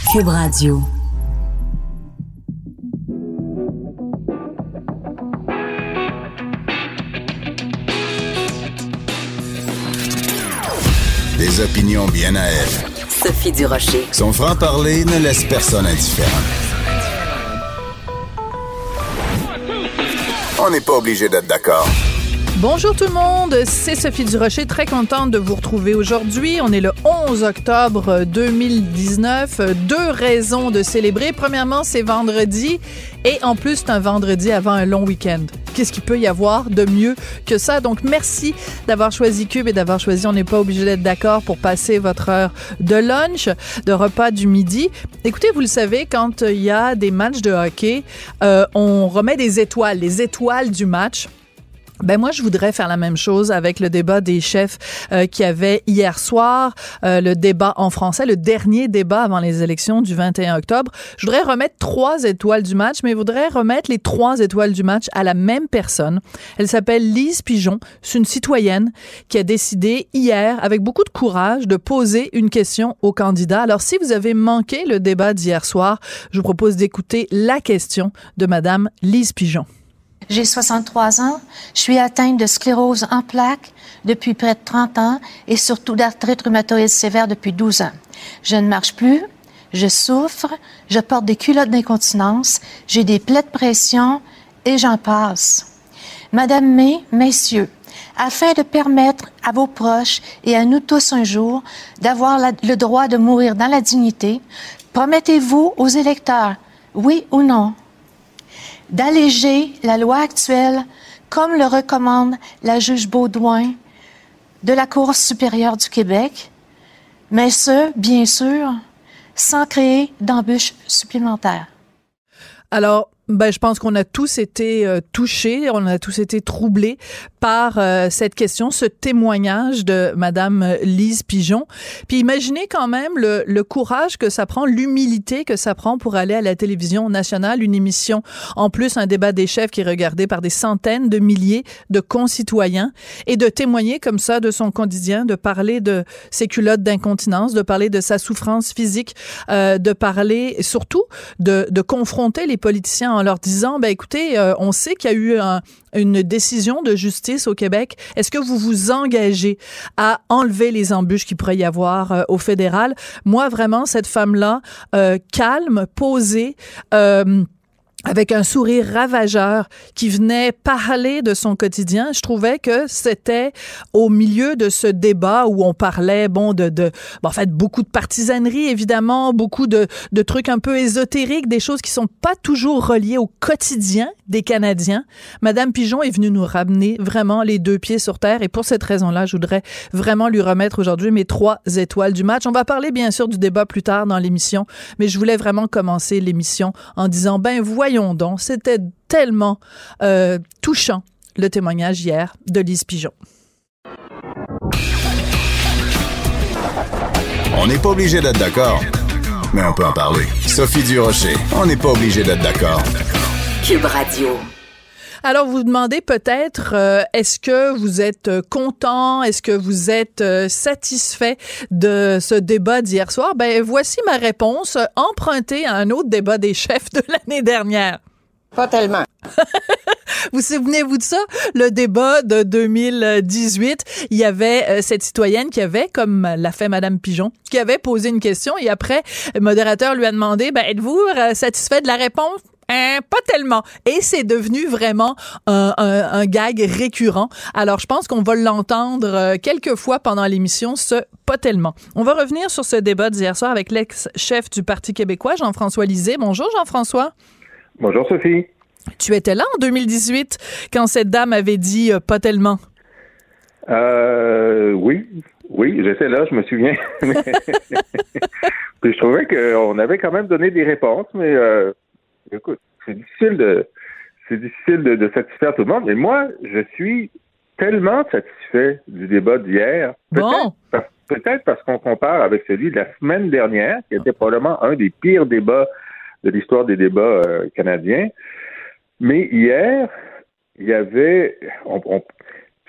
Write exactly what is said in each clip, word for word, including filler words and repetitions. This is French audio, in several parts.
Cube Radio. Des opinions bien à elle. Sophie Durocher. Son franc-parler ne laisse personne indifférent. On n'est pas obligé d'être d'accord. Bonjour tout le monde, c'est Sophie Durocher, très contente de vous retrouver aujourd'hui. On est le onze octobre deux mille dix-neuf. Deux raisons de célébrer. Premièrement, c'est vendredi et en plus, c'est un vendredi avant un long week-end. Qu'est-ce qu'il peut y avoir de mieux que ça? Donc, merci d'avoir choisi Cube et d'avoir choisi On n'est pas obligé d'être d'accord pour passer votre heure de lunch, de repas du midi. Écoutez, vous le savez, quand il y a des matchs de hockey, euh, on remet des étoiles, les étoiles du match. Ben moi, je voudrais faire la même chose avec le débat des chefs euh, qu'il y avait hier soir, euh, le débat en français, le dernier débat avant les élections du vingt et un octobre. Je voudrais remettre trois étoiles du match, mais je voudrais remettre les trois étoiles du match à la même personne. Elle s'appelle Lise Pigeon. C'est une citoyenne qui a décidé hier, avec beaucoup de courage, de poser une question au candidat. Alors, si vous avez manqué le débat d'hier soir, je vous propose d'écouter la question de Madame Lise Pigeon. J'ai soixante-trois ans, je suis atteinte de sclérose en plaques depuis près de trente ans et surtout d'arthrite rhumatoïde sévère depuis douze ans. Je ne marche plus, je souffre, je porte des culottes d'incontinence, j'ai des plaies de pression et j'en passe. Madame May, messieurs, afin de permettre à vos proches et à nous tous un jour d'avoir la, le droit de mourir dans la dignité, promettez-vous aux électeurs, oui ou non, d'alléger la loi actuelle, comme le recommande la juge Baudouin de la Cour supérieure du Québec, mais ce, bien sûr, sans créer d'embûches supplémentaires. Alors, ben, je pense qu'on a tous été euh, touchés, on a tous été troublés par euh, cette question, ce témoignage de Madame Lise Pigeon. Puis imaginez quand même le, le courage que ça prend, l'humilité que ça prend pour aller à la télévision nationale, une émission, en plus un débat des chefs qui est regardé par des centaines de milliers de concitoyens, et de témoigner comme ça de son quotidien, de parler de ses culottes d'incontinence, de parler de sa souffrance physique, euh, de parler surtout de, de confronter les politiciens en leur disant, ben écoutez, euh, on sait qu'il y a eu un, une décision de justice au Québec. Est-ce que vous vous engagez à enlever les embûches qu'il pourrait y avoir euh, au fédéral? Moi, vraiment, cette femme-là, euh, calme, posée, euh, avec un sourire ravageur, qui venait parler de son quotidien. Je trouvais que c'était au milieu de ce débat où on parlait, bon, de, de, bon, en fait, beaucoup de partisanerie, évidemment, beaucoup de, de trucs un peu ésotériques, des choses qui sont pas toujours reliées au quotidien des Canadiens. Madame Pigeon est venue nous ramener vraiment les deux pieds sur terre, et pour cette raison-là, je voudrais vraiment lui remettre aujourd'hui mes trois étoiles du match. On va parler, bien sûr, du débat plus tard dans l'émission, mais je voulais vraiment commencer l'émission en disant, ben, voyons Voyons donc, c'était tellement euh, touchant, le témoignage hier de Lise Pigeon. On n'est pas obligé d'être d'accord, mais on peut en parler. Sophie Durocher, on n'est pas obligé d'être d'accord. Cube Radio. Alors, vous vous demandez peut-être, euh, est-ce que vous êtes content, est-ce que vous êtes euh, satisfait de ce débat d'hier soir? Ben, voici ma réponse, empruntée à un autre débat des chefs de l'année dernière. Pas tellement. Vous souvenez-vous de ça? Le débat de deux mille dix-huit, il y avait euh, cette citoyenne qui avait, comme l'a fait Madame Pigeon, qui avait posé une question, et après, le modérateur lui a demandé, ben, êtes-vous euh, satisfait de la réponse? Hein, pas tellement. Et c'est devenu vraiment un, un, un gag récurrent. Alors, je pense qu'on va l'entendre euh, quelques fois pendant l'émission, ce pas tellement. On va revenir sur ce débat d'hier soir avec l'ex-chef du Parti québécois, Jean-François Lisée. Bonjour, Jean-François. Bonjour, Sophie. Tu étais là en deux mille dix-huit quand cette dame avait dit euh, pas tellement. Euh, oui. Oui, j'étais là, je me souviens. Puis je trouvais qu'on avait quand même donné des réponses, mais... Euh, écoute, c'est difficile de c'est difficile de, de satisfaire tout le monde, mais moi, je suis tellement satisfait du débat d'hier. Peut-être, bon. parce, peut-être parce qu'on compare avec celui de la semaine dernière, qui était probablement un des pires débats de l'histoire des débats euh, canadiens. Mais hier, il y avait, on, on, tu sais,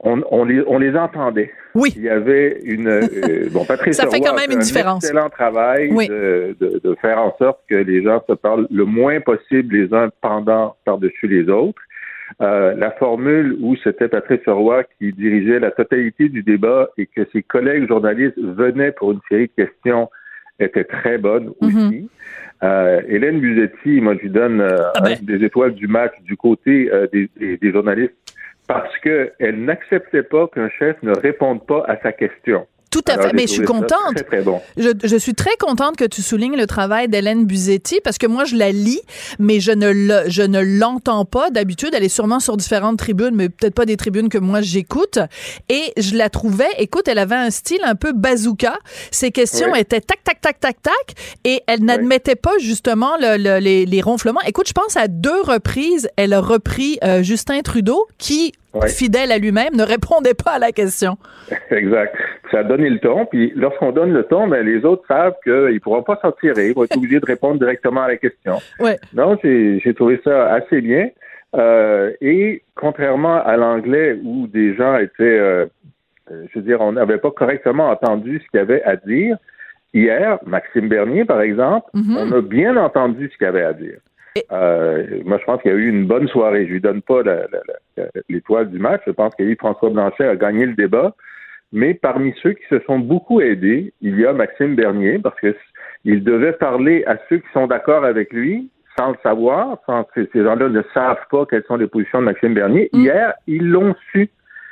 on, on, les, on les entendait. Oui. Il y avait une... Euh, bon, Patrice Ça fait Roy quand même a fait une un différence. excellent travail oui. de, de, de faire en sorte que les gens se parlent le moins possible les uns pendant par-dessus les autres. Euh, la formule où c'était Patrice Roy qui dirigeait la totalité du débat et que ses collègues journalistes venaient pour une série de questions était très bonne aussi. Mm-hmm. Euh, Hélène Buzetti, moi je lui donne euh, ah ben. des étoiles du match du côté euh, des, des, des journalistes parce qu'elle n'acceptait pas qu'un chef ne réponde pas à sa question. Tout à Alors, fait, mais je suis contente. Très, très bon. je, je suis très contente que tu soulignes le travail d'Hélène Buzetti parce que moi, je la lis, mais je ne, le, je ne l'entends pas. D'habitude, elle est sûrement sur différentes tribunes, mais peut-être pas des tribunes que moi, j'écoute. Et je la trouvais, écoute, elle avait un style un peu bazooka. Ses questions oui. étaient tac, tac, tac, tac, tac. Et elle n'admettait oui. pas, justement, le, le, les, les ronflements. Écoute, je pense à deux reprises, elle a repris euh, Justin Trudeau, qui... Oui. fidèle à lui-même, ne répondait pas à la question. Exact. Ça a donné le ton, puis lorsqu'on donne le ton, ben, les autres savent qu'ils ne pourront pas s'en tirer, ils vont être obligés de répondre directement à la question. Ouais. Donc, j'ai, j'ai trouvé ça assez bien. Euh, et contrairement à l'anglais où des gens étaient, euh, je veux dire, on n'avait pas correctement entendu ce qu'il y avait à dire, hier, Maxime Bernier, par exemple, mm-hmm. on a bien entendu ce qu'il y avait à dire. Euh, moi, je pense qu'il y a eu une bonne soirée. Je lui donne pas la, la, la, l'étoile du match. Je pense qu'Yves-François Blanchet a gagné le débat. Mais parmi ceux qui se sont beaucoup aidés, il y a Maxime Bernier, parce que il devait parler à ceux qui sont d'accord avec lui, sans le savoir, sans que ces gens-là ne savent pas quelles sont les positions de Maxime Bernier. Mmh. Hier, ils l'ont su.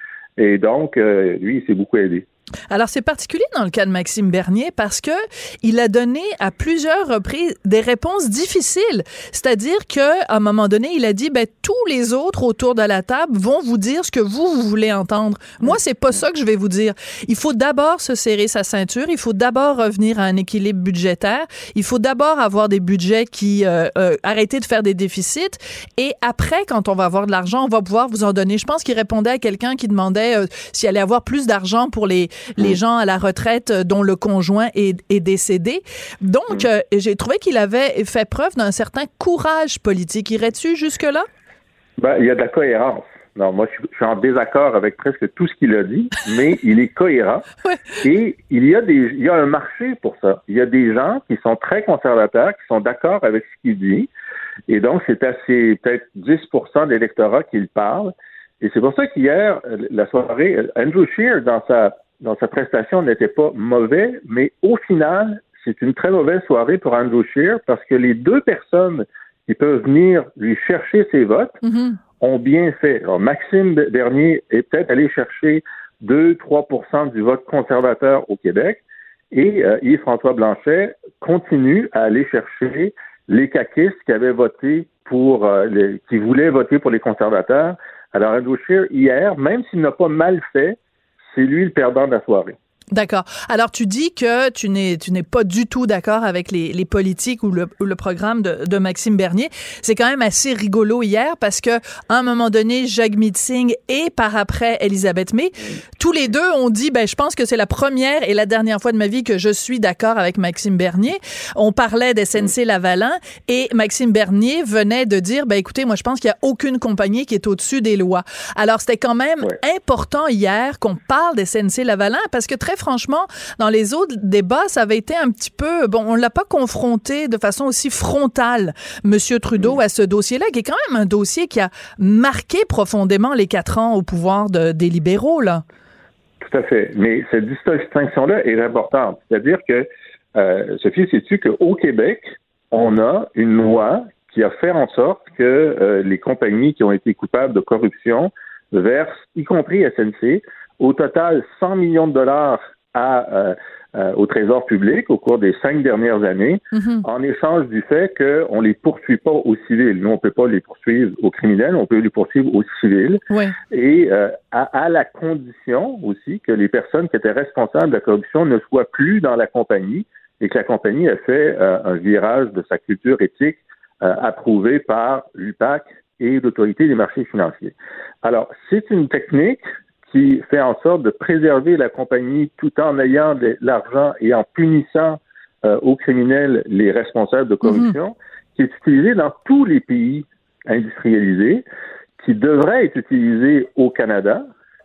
Et donc, euh, lui, il s'est beaucoup aidé. Alors, c'est particulier dans le cas de Maxime Bernier parce que il a donné à plusieurs reprises des réponses difficiles. C'est-à-dire qu'à un moment donné, il a dit, ben, tous les autres autour de la table vont vous dire ce que vous, vous voulez entendre. Moi, c'est pas ça que je vais vous dire. Il faut d'abord se serrer sa ceinture. Il faut d'abord revenir à un équilibre budgétaire. Il faut d'abord avoir des budgets qui, euh, euh, arrêter de faire des déficits. Et après, quand on va avoir de l'argent, on va pouvoir vous en donner. Je pense qu'il répondait à quelqu'un qui demandait euh, s'il allait avoir plus d'argent pour les les gens à la retraite dont le conjoint est, est décédé. Donc, euh, j'ai trouvé qu'il avait fait preuve d'un certain courage politique. Irais-tu jusque-là? Ben, il y a de la cohérence. Non, moi, je suis en désaccord avec presque tout ce qu'il a dit, mais il est cohérent. Ouais. Et il y a des, il y a un marché pour ça. Il y a des gens qui sont très conservateurs, qui sont d'accord avec ce qu'il dit. Et donc, c'est assez, peut-être dix pour cent de l'électorat qui le parle. Et c'est pour ça qu'hier, la soirée, Andrew Scheer, dans sa dans sa prestation, n'était pas mauvais, mais au final, c'est une très mauvaise soirée pour Andrew Scheer parce que les deux personnes qui peuvent venir lui chercher ses votes mm-hmm. ont bien fait. Alors, Maxime Bernier est peut-être allé chercher deux à trois pour cent du vote conservateur au Québec et euh, Yves-François Blanchet continue à aller chercher les caquistes qui avaient voté pour, euh, les, qui voulaient voter pour les conservateurs. Alors, Andrew Scheer, hier, même s'il n'a pas mal fait, c'est lui le perdant de la soirée. D'accord. Alors, tu dis que tu n'es, tu n'es pas du tout d'accord avec les, les politiques ou le, ou le programme de, de Maxime Bernier. C'est quand même assez rigolo hier parce que, à un moment donné, Jagmeet Singh et par après Elisabeth May, tous les deux ont dit, ben, je pense que c'est la première et la dernière fois de ma vie que je suis d'accord avec Maxime Bernier. On parlait d'S N C-Lavalin et Maxime Bernier venait de dire, ben, écoutez, moi, je pense qu'il n'y a aucune compagnie qui est au-dessus des lois. Alors, c'était quand même ouais. important hier qu'on parle d'S N C-Lavalin parce que très franchement, dans les autres débats, ça avait été un petit peu... Bon, on ne l'a pas confronté de façon aussi frontale, M. Trudeau, à ce dossier-là, qui est quand même un dossier qui a marqué profondément les quatre ans au pouvoir de, des libéraux, là. Tout à fait. Mais cette distinction-là est importante. C'est-à-dire que, euh, Sophie, sais-tu qu'au Québec, on a une loi qui a fait en sorte que euh, les compagnies qui ont été coupables de corruption versent, y compris S N C, au total cent millions de dollars à, euh, euh, au Trésor public au cours des cinq dernières années, mm-hmm. en échange du fait qu'on ne les poursuit pas au civil. Nous, on ne peut pas les poursuivre au criminel, on peut les poursuivre au civil. Ouais. Et euh, à, à la condition aussi que les personnes qui étaient responsables de la corruption ne soient plus dans la compagnie et que la compagnie ait fait euh, un virage de sa culture éthique euh, approuvé par l'U P A C et l'Autorité des marchés financiers. Alors, c'est une technique qui fait en sorte de préserver la compagnie tout en ayant de l'argent et en punissant euh, aux criminels les responsables de corruption, mm-hmm. qui est utilisée dans tous les pays industrialisés, qui devrait être utilisée au Canada,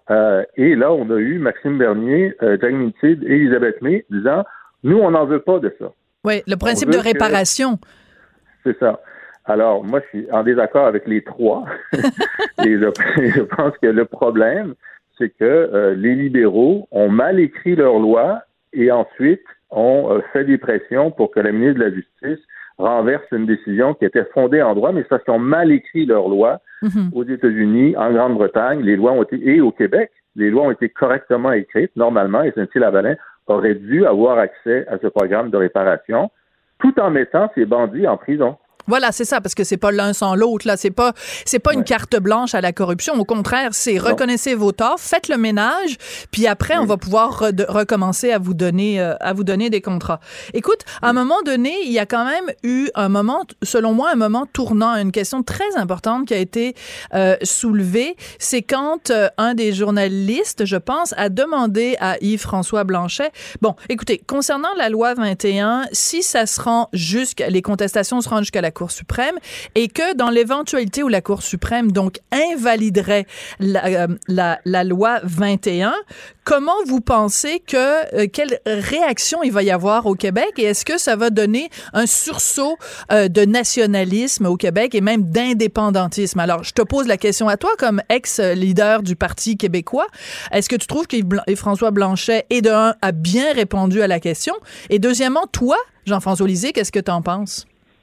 Euh, et là, on a eu Maxime Bernier, euh, Jagmeet Singh et Elisabeth May disant « Nous, on n'en veut pas de ça. » Oui, le principe de réparation. Que... C'est ça. Alors, moi, je suis en désaccord avec les trois. Et je, je pense que le problème, c'est que euh, les libéraux ont mal écrit leur loi et ensuite ont euh, fait des pressions pour que la ministre de la Justice renverse une décision qui était fondée en droit, mais c'est parce qu'ils ont mal écrit leur loi. Mm-hmm. Aux États-Unis, en Grande-Bretagne, les lois ont été, et au Québec, les lois ont été correctement écrites. Normalement, S N C-Lavalin aurait dû avoir accès à ce programme de réparation, tout en mettant ces bandits en prison. Voilà, c'est ça, parce que c'est pas l'un sans l'autre, là. C'est pas, c'est pas ouais. une carte blanche à la corruption. Au contraire, c'est non. reconnaissez vos torts, faites le ménage, puis après, oui. on va pouvoir re- recommencer à vous donner, euh, à vous donner des contrats. Écoute, à un moment donné, il y a quand même eu un moment, selon moi, un moment tournant, une question très importante qui a été euh, soulevée. C'est quand euh, un des journalistes, je pense, a demandé à Yves-François Blanchet, bon, écoutez, concernant la loi vingt et un, si ça se rend jusqu'à, les contestations se rendent jusqu'à la Cour suprême, et que dans l'éventualité où la Cour suprême donc invaliderait la, euh, la, la loi vingt et un, comment vous pensez que euh, quelle réaction il va y avoir au Québec, et est-ce que ça va donner un sursaut euh, de nationalisme au Québec et même d'indépendantisme? Alors, je te pose la question à toi comme ex-leader du Parti québécois. Est-ce que tu trouves qu'Yves-François Blanchet, et de un, a bien répondu à la question, et deuxièmement, toi, Jean-François Lisée, qu'est-ce que tu en penses?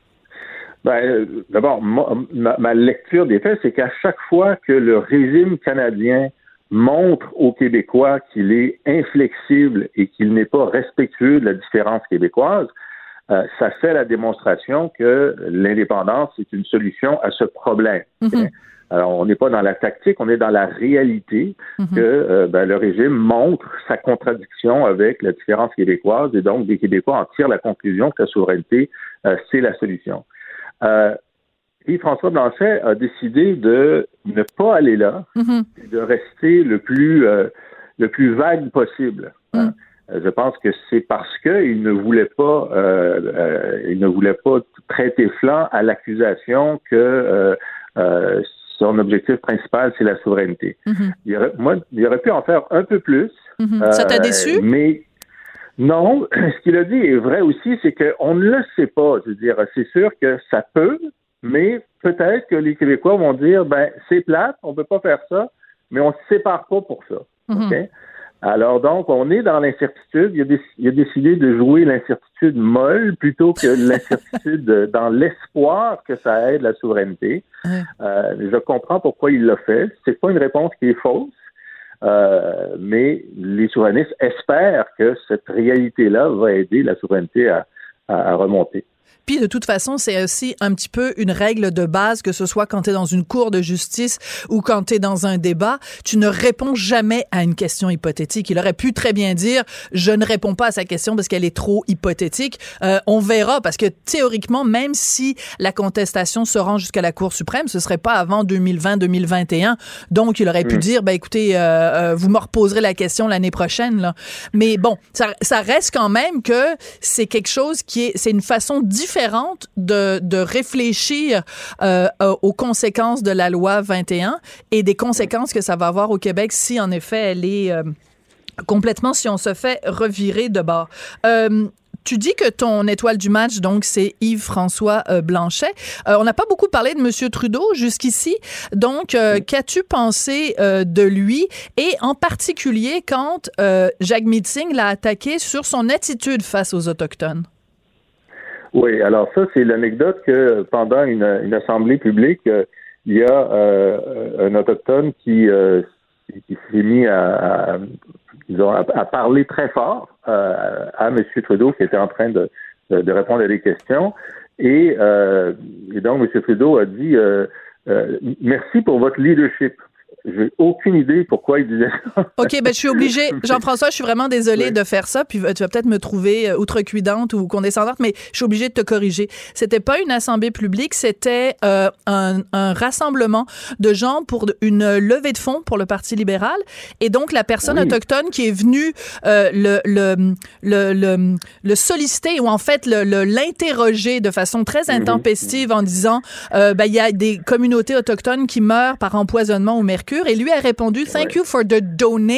Ben, euh, d'abord, ma, ma lecture des faits, c'est qu'à chaque fois que le régime canadien montre aux Québécois qu'il est inflexible et qu'il n'est pas respectueux de la différence québécoise, euh, ça fait la démonstration que l'indépendance est une solution à ce problème. Mm-hmm. Alors, on n'est pas dans la tactique, on est dans la réalité mm-hmm. que euh, ben, le régime montre sa contradiction avec la différence québécoise, et donc les Québécois en tirent la conclusion que la souveraineté, euh, c'est la solution. Euh, Yves-François Blanchet a décidé de ne pas aller là, mm-hmm. et de rester le plus euh, le plus vague possible. Mm. Hein. Je pense que c'est parce qu'il ne voulait pas euh, euh, il ne voulait pas traiter flanc à l'accusation que euh, euh, son objectif principal, c'est la souveraineté. Mm-hmm. Il aurait, moi, il aurait pu en faire un peu plus. Mm-hmm. Euh, Ça t'a déçu? Mais non, ce qu'il a dit est vrai aussi, c'est qu'on ne le sait pas. Je veux dire, c'est sûr que ça peut, mais peut-être que les Québécois vont dire, ben, c'est plate, on peut pas faire ça, mais on se sépare pas pour ça. Mm-hmm. Okay? Alors donc, on est dans l'incertitude. Il a, déc- il a décidé de jouer l'incertitude molle plutôt que l'incertitude dans l'espoir que ça aide la souveraineté. Mm-hmm. Euh, je comprends pourquoi il l'a fait. C'est pas une réponse qui est fausse. Euh, mais les souverainistes espèrent que cette réalité-là va aider la souveraineté à, à, à remonter. Puis de toute façon, c'est aussi un petit peu une règle de base, que ce soit quand tu es dans une cour de justice ou quand tu es dans un débat, tu ne réponds jamais à une question hypothétique. Il aurait pu très bien dire « je ne réponds pas à sa question parce qu'elle est trop hypothétique euh, ». On verra, parce que théoriquement, même si la contestation se rend jusqu'à la Cour suprême, ce serait pas avant deux mille vingt deux mille vingt et un. Donc, il aurait pu mmh. dire ben, « écoutez, euh, euh, vous me reposerez la question l'année prochaine. » là. Mais bon, ça, ça reste quand même que c'est quelque chose qui est... c'est une façon différente différente de, de réfléchir euh, aux conséquences de la loi vingt et un et des conséquences que ça va avoir au Québec si, en effet, elle est euh, complètement, si on se fait revirer de bord. Euh, Tu dis que ton étoile du match, donc, c'est Yves-François euh, Blanchet. Euh, on n'a pas beaucoup parlé de M. Trudeau jusqu'ici. Donc, euh, qu'as-tu pensé euh, de lui? Et en particulier, quand euh, Jagmeet Singh l'a attaqué sur son attitude face aux Autochtones. Oui, alors ça, c'est l'anecdote que pendant une, une assemblée publique, euh, il y a euh, un Autochtone qui, euh, qui s'est mis à, à, disons, à, à parler très fort euh, à M. Trudeau, qui était en train de, de, de répondre à des questions. Et, euh, et donc, M. Trudeau a dit euh, euh, « Merci pour votre leadership ». J'ai aucune idée pourquoi il disait ça. OK, ben je suis obligée. Jean-François, je suis vraiment désolée oui. de faire ça, puis tu vas peut-être me trouver outrecuidante ou condescendante, mais je suis obligée de te corriger. C'était pas une assemblée publique, c'était euh, un, un rassemblement de gens pour une levée de fonds pour le Parti libéral. Et donc, la personne oui. autochtone qui est venue euh, le, le, le, le, le solliciter ou en fait le, le, l'interroger de façon très intempestive mm-hmm. en disant euh, ben, il y a des communautés autochtones qui meurent par empoisonnement au mercure. procure, et lui a répondu « Thank ouais. you for the donation ».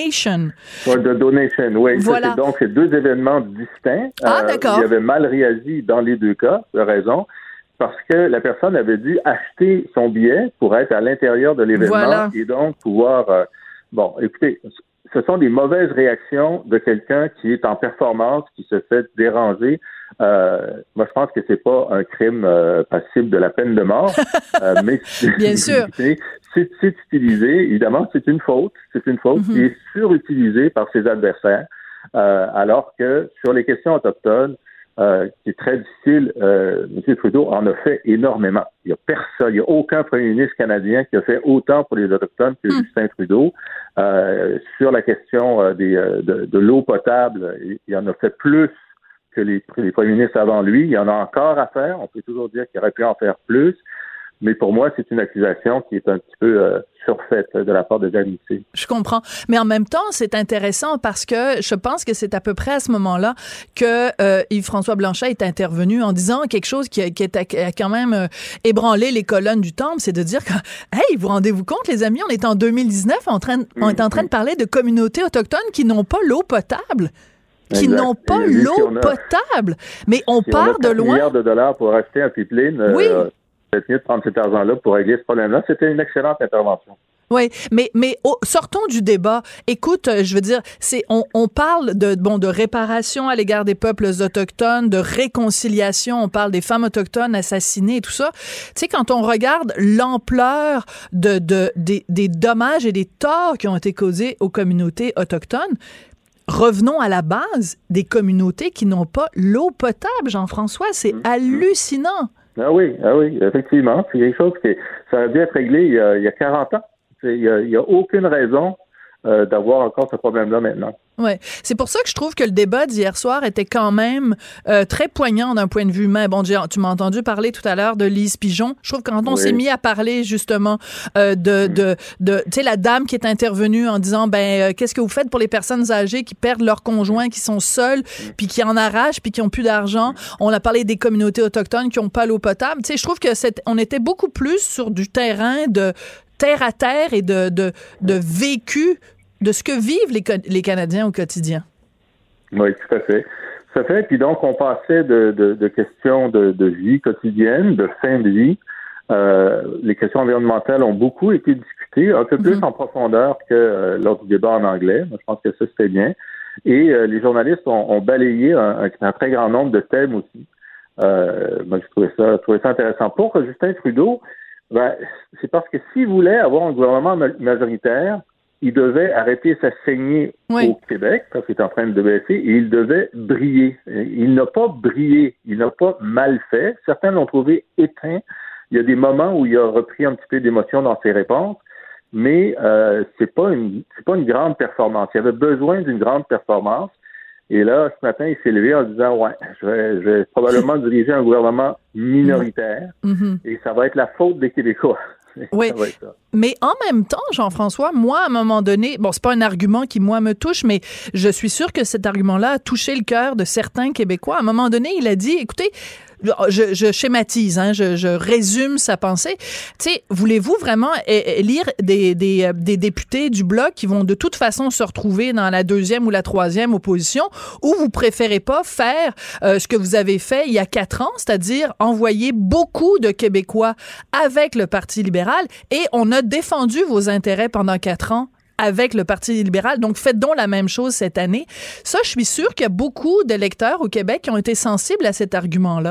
For the donation, oui. Voilà. Ça, c'est donc, c'est deux événements distincts. Ah, euh, d'accord. Il y avait mal réagi dans les deux cas, tu as raison, parce que la personne avait dû acheter son billet pour être à l'intérieur de l'événement voilà. et donc pouvoir... Euh, bon, écoutez, ce sont des mauvaises réactions de quelqu'un qui est en performance, qui se fait déranger. Euh, moi, je pense que c'est pas un crime euh, passible de la peine de mort, euh, mais bien sûr, c'est, c'est, c'est utilisé. Évidemment, c'est une faute. C'est une faute mm-hmm. qui est surutilisée par ses adversaires, euh, alors que sur les questions autochtones, euh, qui est très difficile, euh, M. Trudeau en a fait énormément. Il y a personne, il n'y a aucun premier ministre canadien qui a fait autant pour les autochtones que mm. Justin Trudeau. Euh, sur la question euh, des, euh, de, de l'eau potable, il en a fait plus que les, les premiers ministres avant lui. Il y en a encore à faire. On peut toujours dire qu'il aurait pu en faire plus. Mais pour moi, c'est une accusation qui est un petit peu euh, surfaite de la part de Jack Mitchell. Je comprends. Mais en même temps, c'est intéressant parce que je pense que c'est à peu près à ce moment-là que euh, Yves-François Blanchet est intervenu en disant quelque chose qui a, qui a, qui a quand même euh, ébranlé les colonnes du temple, c'est de dire que, hey, vous rendez-vous compte, les amis, on est en deux mille dix-neuf, en train, on est en train de parler de communautés autochtones qui n'ont pas l'eau potable. Qui exact. N'ont pas et l'eau on a, potable. Mais on si part on de loin. milliards de dollars pour acheter un pipeline. Oui. Euh, peut-être mieux de prendre cet argent-là pour régler ce problème-là. C'était une excellente intervention. Oui, mais mais oh, sortons du débat. Écoute, je veux dire, c'est on, on parle de bon de réparation à l'égard des peuples autochtones, de réconciliation. On parle des femmes autochtones assassinées et tout ça. Tu sais, quand on regarde l'ampleur de de des, des dommages et des torts qui ont été causés aux communautés autochtones. Revenons à la base des communautés qui n'ont pas l'eau potable, Jean-François. C'est mmh. hallucinant. Ah oui, ah oui, effectivement. C'est quelque chose qui ça aurait dû être réglé il y a, il y a quarante ans. Il n'y a, il y a aucune raison euh, d'avoir encore ce problème-là maintenant. Oui, c'est pour ça que je trouve que le débat d'hier soir était quand même euh, très poignant d'un point de vue humain. Bon, tu m'as entendu parler tout à l'heure de Lise Pigeon. Je trouve que quand on oui. s'est mis à parler justement euh, de, de, de tu sais, la dame qui est intervenue en disant, ben, euh, qu'est-ce que vous faites pour les personnes âgées qui perdent leur conjoint, qui sont seules, puis qui en arrachent, puis qui ont plus d'argent. On a parlé des communautés autochtones qui ont pas l'eau potable. Tu sais, je trouve que c'est, on était beaucoup plus sur du terrain de terre à terre et de, de, de vécu de ce que vivent les, les Canadiens au quotidien. Oui, tout à fait. Tout à fait. Puis donc, on passait de, de, de questions de, de vie quotidienne, de fin de vie. Euh, les questions environnementales ont beaucoup été discutées, un peu plus mm-hmm. en profondeur que euh, lors du débat en anglais. Moi, je pense que ça, c'était bien. Et euh, les journalistes ont, ont balayé un, un, un très grand nombre de thèmes aussi. Euh, moi, je trouvais ça, je trouvais ça intéressant. Pour Justin Trudeau, ben, c'est parce que s'il voulait avoir un gouvernement majoritaire, il devait arrêter sa saignée oui. au Québec, parce qu'il est en train de baisser, et il devait briller. Il n'a pas brillé, il n'a pas mal fait. Certains l'ont trouvé éteint. Il y a des moments où il a repris un petit peu d'émotion dans ses réponses, mais euh, c'est pas une c'est pas une grande performance. Il avait besoin d'une grande performance. Et là, ce matin, il s'est levé en disant « Ouais, je vais, je vais probablement diriger un gouvernement minoritaire mm-hmm. et ça va être la faute des Québécois. » Oui, mais en même temps, Jean-François, moi, à un moment donné, bon, c'est pas un argument qui, moi, me touche, mais je suis sûre que cet argument-là a touché le cœur de certains Québécois. À un moment donné, il a dit, écoutez, je, je schématise, hein, je, je résume sa pensée. Tu sais, voulez-vous vraiment élire des, des, des députés du Bloc qui vont de toute façon se retrouver dans la deuxième ou la troisième opposition, ou vous préférez pas faire euh, ce que vous avez fait il y a quatre ans, c'est-à-dire envoyer beaucoup de Québécois avec le Parti libéral, et on a défendu vos intérêts pendant quatre ans avec le Parti libéral. Donc, faites donc la même chose cette année. Ça, je suis sûre qu'il y a beaucoup d'électeurs au Québec qui ont été sensibles à cet argument-là.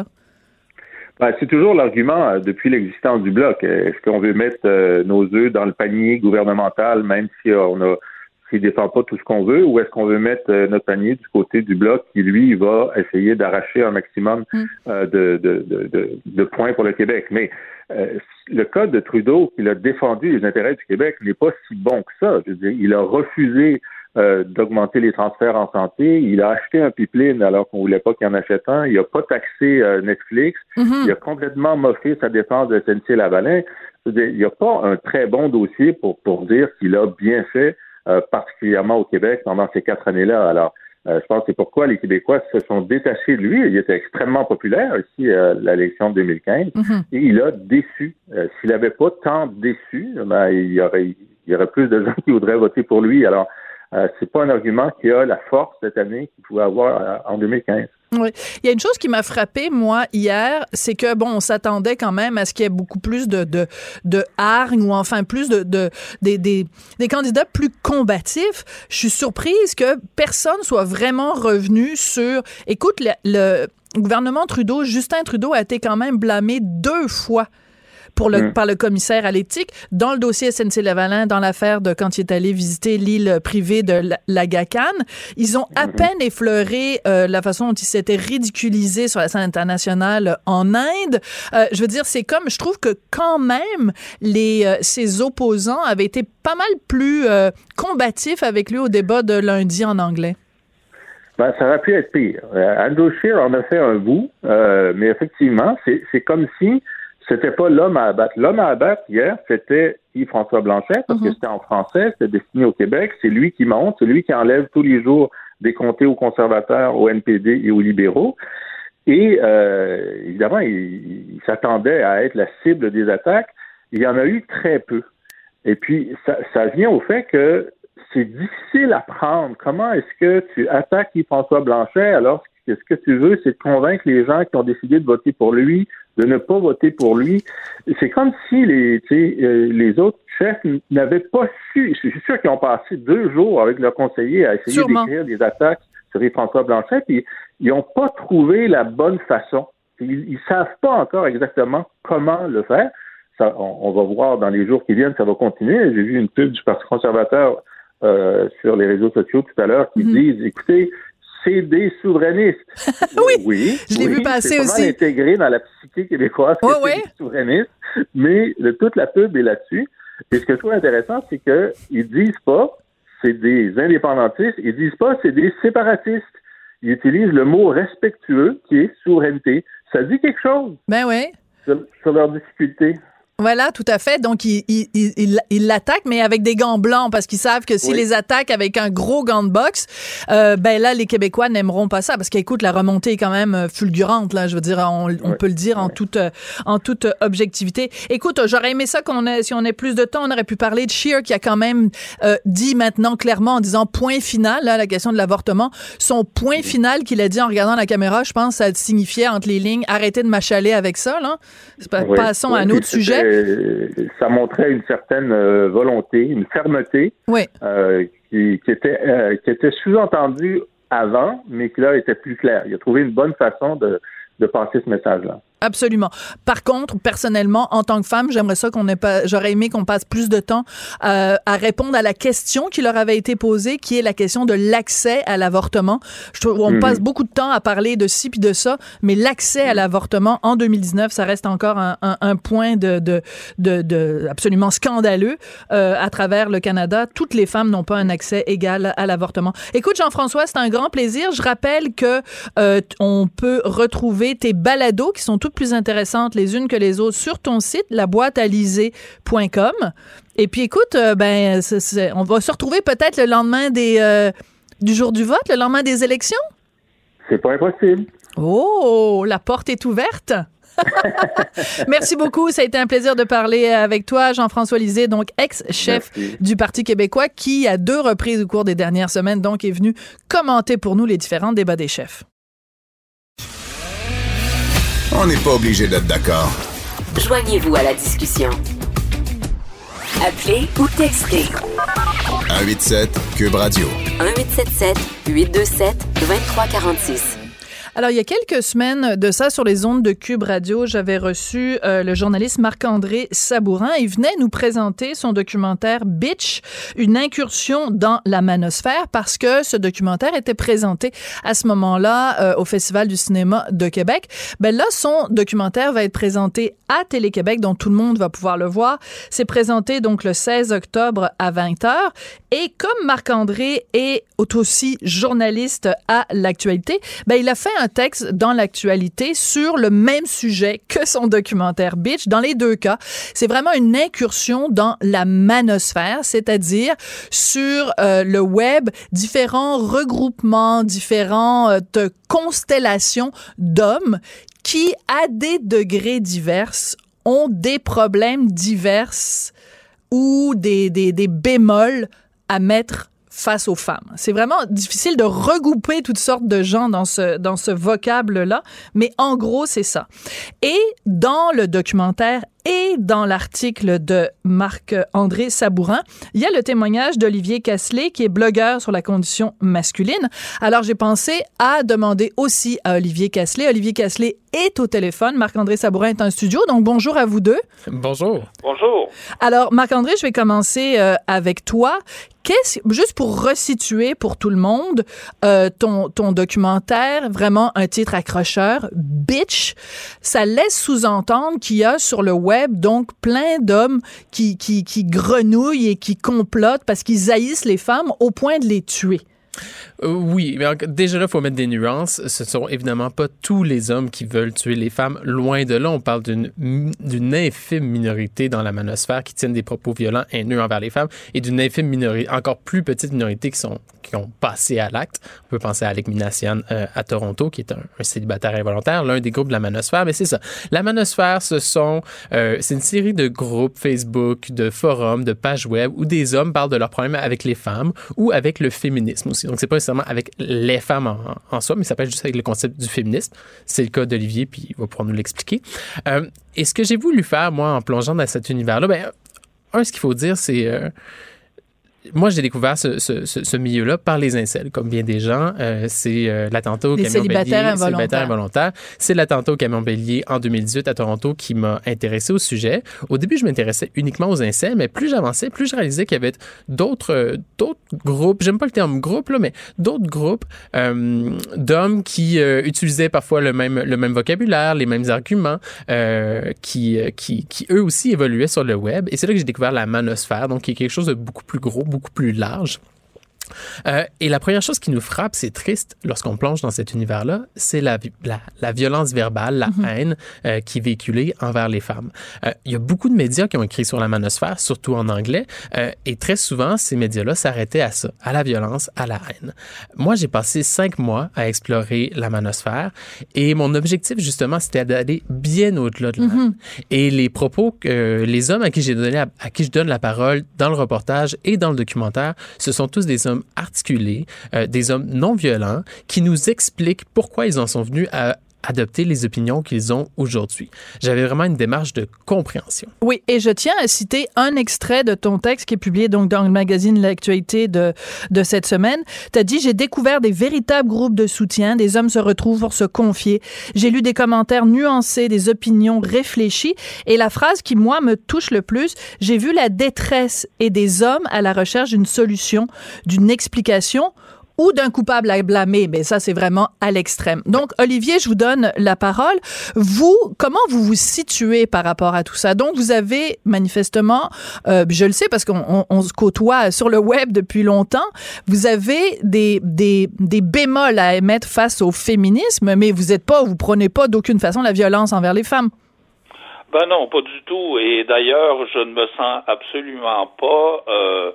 Ben, c'est toujours l'argument euh, depuis l'existence du Bloc. Est-ce qu'on veut mettre euh, nos œufs dans le panier gouvernemental, même si euh, on a s'il ne défend pas tout ce qu'on veut, ou est-ce qu'on veut mettre euh, notre panier du côté du Bloc qui, lui, va essayer d'arracher un maximum mm. euh, de, de, de, de, de points pour le Québec? Mais euh, le cas de Trudeau, qui a défendu les intérêts du Québec, n'est pas si bon que ça. Je veux dire, il a refusé euh, d'augmenter les transferts en santé. Il a acheté un pipeline alors qu'on voulait pas qu'il en achète un. Il n'a pas taxé euh, Netflix. Mm-hmm. Il a complètement moqué sa défense de S N C-Lavalin. Je veux dire, il n'y a pas un très bon dossier pour, pour dire qu'il a bien fait Euh, particulièrement au Québec pendant ces quatre années-là. Alors, euh, je pense que c'est pourquoi les Québécois se sont détachés de lui. Il était extrêmement populaire aussi à euh, l'élection de deux mille quinze mm-hmm. et il a déçu. Euh, s'il n'avait pas tant déçu, ben, il aurait, il y aurait plus de gens qui voudraient voter pour lui. Alors, euh, c'est pas un argument qui a la force cette année qu'il pouvait avoir euh, en deux mille quinze. Oui. Il y a une chose qui m'a frappée, moi, hier, c'est que, bon, on s'attendait quand même à ce qu'il y ait beaucoup plus de, de, de hargne ou enfin plus de, de, des, des, des candidats plus combatifs. Je suis surprise que personne soit vraiment revenu sur, écoute, le, le gouvernement Trudeau, Justin Trudeau a été quand même blâmé deux fois pour le, mmh. par le commissaire à l'éthique, dans le dossier S N C-Lavalin, dans l'affaire de quand il est allé visiter l'île privée de Lagacan. Ils ont à peine effleuré euh, la façon dont il s'était ridiculisé sur la scène internationale en Inde. Euh, je veux dire, c'est comme, je trouve que quand même, les euh, ses opposants avaient été pas mal plus euh, combatifs avec lui au débat de lundi en anglais. Ben, ça aurait pu être pire. Euh, Andrew Scheer en a fait un bout, euh, mais effectivement, c'est, c'est comme si c'était pas l'homme à abattre. L'homme à abattre, hier, c'était Yves-François Blanchet, parce mm-hmm. que c'était en français, c'était destiné au Québec. C'est lui qui monte, c'est lui qui enlève tous les jours des comtés aux conservateurs, au N P D et aux libéraux. Et euh, évidemment, il, il s'attendait à être la cible des attaques. Il y en a eu très peu. Et puis, ça, ça vient au fait que c'est difficile à prendre. Comment est-ce que tu attaques Yves-François Blanchet alors que ce que tu veux, c'est de convaincre les gens qui ont décidé de voter pour lui de ne pas voter pour lui. C'est comme si les, tu sais, euh, les autres chefs n'avaient pas su. Je suis sûr qu'ils ont passé deux jours avec leurs conseillers à essayer Sûrement. d'écrire des attaques sur Yves-François Blanchet, puis ils n'ont pas trouvé la bonne façon. Ils ne savent pas encore exactement comment le faire. Ça, on, on va voir dans les jours qui viennent, ça va continuer. J'ai vu une pub du Parti conservateur euh, sur les réseaux sociaux tout à l'heure qui mm-hmm. disent, écoutez, c'est des souverainistes. oui, oui, je l'ai oui, vu passer c'est aussi. C'est intégré dans la psyché québécoise que oh, c'est oui. des souverainistes, mais le, toute la pub est là-dessus. Et ce que je trouve intéressant, c'est qu'ils disent pas c'est des indépendantistes, ils disent pas c'est des séparatistes. Ils utilisent le mot respectueux qui est souveraineté. Ça dit quelque chose. Ben oui. Sur, sur leurs difficultés. Voilà, tout à fait. Donc, ils il, il, il, il l'attaquent, mais avec des gants blancs, parce qu'ils savent que s'ils oui. les attaquent avec un gros gant de boxe, euh, ben là, les Québécois n'aimeront pas ça, parce qu'écoute, la remontée est quand même fulgurante, là. Je veux dire, on, on oui. peut le dire oui. en toute, en toute objectivité. Écoute, j'aurais aimé ça qu'on ait, si on ait plus de temps, on aurait pu parler de Scheer, qui a quand même euh, dit maintenant clairement, en disant point final, là, la question de l'avortement. Son point final qu'il a dit en regardant la caméra, je pense, ça signifiait entre les lignes, arrêtez de m'achaler avec ça, là. Oui. Passons oui. à un autre sujet. Ça montrait une certaine euh, volonté, une fermeté oui. euh, qui, qui était euh, qui était sous-entendue avant, mais qui là était plus claire. Il a trouvé une bonne façon de, de passer ce message-là. Absolument. Par contre, personnellement, en tant que femme, j'aimerais ça qu'on ait pas, j'aurais aimé qu'on passe plus de temps euh, à répondre à la question qui leur avait été posée, qui est la question de l'accès à l'avortement. Je trouve on mm-hmm. passe beaucoup de temps à parler de ci puis de ça, mais l'accès à l'avortement en deux mille dix-neuf, ça reste encore un, un, un point de, de, de, de absolument scandaleux euh, à travers le Canada. Toutes les femmes n'ont pas un accès égal à l'avortement. Écoute, Jean-François, c'est un grand plaisir. Je rappelle que euh, on peut retrouver tes balados qui sont toutes plus intéressantes les unes que les autres sur ton site, la boîte à lisée point com. Et puis écoute, euh, ben, c'est, c'est, on va se retrouver peut-être le lendemain des, euh, du jour du vote, le lendemain des élections? C'est pas impossible. Oh, la porte est ouverte. Merci beaucoup. Ça a été un plaisir de parler avec toi, Jean-François Lisée, donc ex-chef Merci. du Parti québécois, qui, à deux reprises au cours des dernières semaines, donc, est venu commenter pour nous les différents débats des chefs. On n'est pas obligé d'être d'accord. Joignez-vous à la discussion. Appelez ou textez. un huit sept Cube Radio. un huit sept sept huit deux sept deux trois quatre six. Alors, il y a quelques semaines de ça, sur les ondes de Cube Radio, j'avais reçu euh, le journaliste Marc-André Sabourin. Il venait nous présenter son documentaire Bitch, une incursion dans la manosphère, parce que ce documentaire était présenté à ce moment-là euh, au Festival du cinéma de Québec. Ben là, son documentaire va être présenté à Télé-Québec, donc tout le monde va pouvoir le voir. C'est présenté donc le seize octobre à vingt heures. Et comme Marc-André est aussi journaliste à l'actualité, ben il a fait un texte dans l'actualité sur le même sujet que son documentaire Bitch. Dans les deux cas, c'est vraiment une incursion dans la manosphère, c'est-à-dire sur euh, le web, différents regroupements, différentes euh, constellations d'hommes qui, à des degrés divers, ont des problèmes divers ou des, des, des bémols à mettre face aux femmes. C'est vraiment difficile de regrouper toutes sortes de gens dans ce, dans ce vocable-là, mais en gros, c'est ça. Et dans le documentaire et dans l'article de Marc-André Sabourin, il y a le témoignage d'Olivier Casselet, qui est blogueur sur la condition masculine. Alors, j'ai pensé à demander aussi à Olivier Casselet. Olivier Casselet est au téléphone. Marc-André Sabourin est en studio. Donc, bonjour à vous deux. Bonjour. Bonjour. Alors, Marc-André, je vais commencer euh, avec toi. Qu'est-ce, juste pour resituer pour tout le monde, euh, ton, ton documentaire, vraiment un titre accrocheur, Bitch, ça laisse sous-entendre qu'il y a sur le web donc plein d'hommes qui, qui, qui grenouillent et qui complotent parce qu'ils haïssent les femmes au point de les tuer. Euh, oui, mais déjà là, il faut mettre des nuances. Ce sont évidemment pas tous les hommes qui veulent tuer les femmes. Loin de là, on parle d'une, d'une infime minorité dans la manosphère qui tiennent des propos violents, haineux envers les femmes, et d'une infime minorité, encore plus petite minorité qui sont qui ont passé à l'acte. On peut penser à Alec Minassian euh, à Toronto, qui est un, un célibataire involontaire, l'un des groupes de la manosphère. Mais c'est ça. La manosphère, ce sont, euh, c'est une série de groupes Facebook, de forums, de pages web où des hommes parlent de leurs problèmes avec les femmes ou avec le féminisme aussi. Donc, c'est pas nécessairement avec les femmes en, en soi, mais ça peut être juste avec le concept du féminisme. C'est le cas d'Olivier, puis il va pouvoir nous l'expliquer. Euh, et ce que j'ai voulu faire, moi, en plongeant dans cet univers-là, ben, un, ce qu'il faut dire, c'est... Euh, moi, j'ai découvert ce, ce, ce, ce milieu-là par les incels, comme bien des gens. Euh, c'est euh, l'attentat au les camion bélier. Célibataires Célibataires involontaires. C'est l'attentat au camion bélier en deux mille dix-huit à Toronto qui m'a intéressé au sujet. Au début, je m'intéressais uniquement aux incels, mais plus j'avançais, plus je réalisais qu'il y avait d'autres, euh, d'autres groupes, j'aime pas le terme groupe, là, mais d'autres groupes euh, d'hommes qui euh, utilisaient parfois le même, le même vocabulaire, les mêmes arguments, euh, qui, qui, qui eux aussi évoluaient sur le web. Et c'est là que j'ai découvert la manosphère, donc qui est quelque chose de beaucoup plus gros, beaucoup plus large. Euh, et la première chose qui nous frappe, c'est triste lorsqu'on plonge dans cet univers-là, c'est la, la, la violence verbale, la mm-hmm. haine euh, qui est véhiculée envers les femmes. Euh, il y a beaucoup de médias qui ont écrit sur la manosphère, surtout en anglais, euh, et très souvent, ces médias-là s'arrêtaient à ça, à la violence, à la haine. Moi, j'ai passé cinq mois à explorer la manosphère, et mon objectif, justement, c'était d'aller bien au-delà de la haine. Mm-hmm. Et les propos que les hommes à qui j'ai donné, à, à qui je donne la parole dans le reportage et dans le documentaire, ce sont tous des hommes articulés, euh, des hommes non violents qui nous expliquent pourquoi ils en sont venus à adopter les opinions qu'ils ont aujourd'hui. J'avais vraiment une démarche de compréhension. Oui, et je tiens à citer un extrait de ton texte qui est publié donc dans le magazine L'Actualité de, de cette semaine. Tu as dit « J'ai découvert des véritables groupes de soutien, des hommes se retrouvent pour se confier. J'ai lu des commentaires nuancés, des opinions réfléchies. » Et la phrase qui, moi, me touche le plus, « J'ai vu la détresse et des hommes à la recherche d'une solution, d'une explication, ou d'un coupable à blâmer, mais ça, c'est vraiment à l'extrême. » Donc, Olivier, je vous donne la parole. Vous, comment vous vous situez par rapport à tout ça? Donc, vous avez manifestement, euh, je le sais parce qu'on on, on se côtoie sur le web depuis longtemps, vous avez des, des, des bémols à émettre face au féminisme, mais vous êtes pas, vous prenez pas d'aucune façon la violence envers les femmes. Ben non, pas du tout. Et d'ailleurs, je ne me sens absolument pas... Euh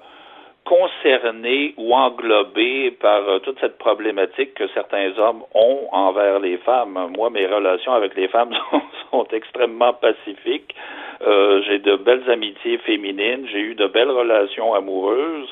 concerné ou englobé par euh, toute cette problématique que certains hommes ont envers les femmes. Moi, mes relations avec les femmes sont, sont extrêmement pacifiques. Euh, j'ai de belles amitiés féminines, j'ai eu de belles relations amoureuses.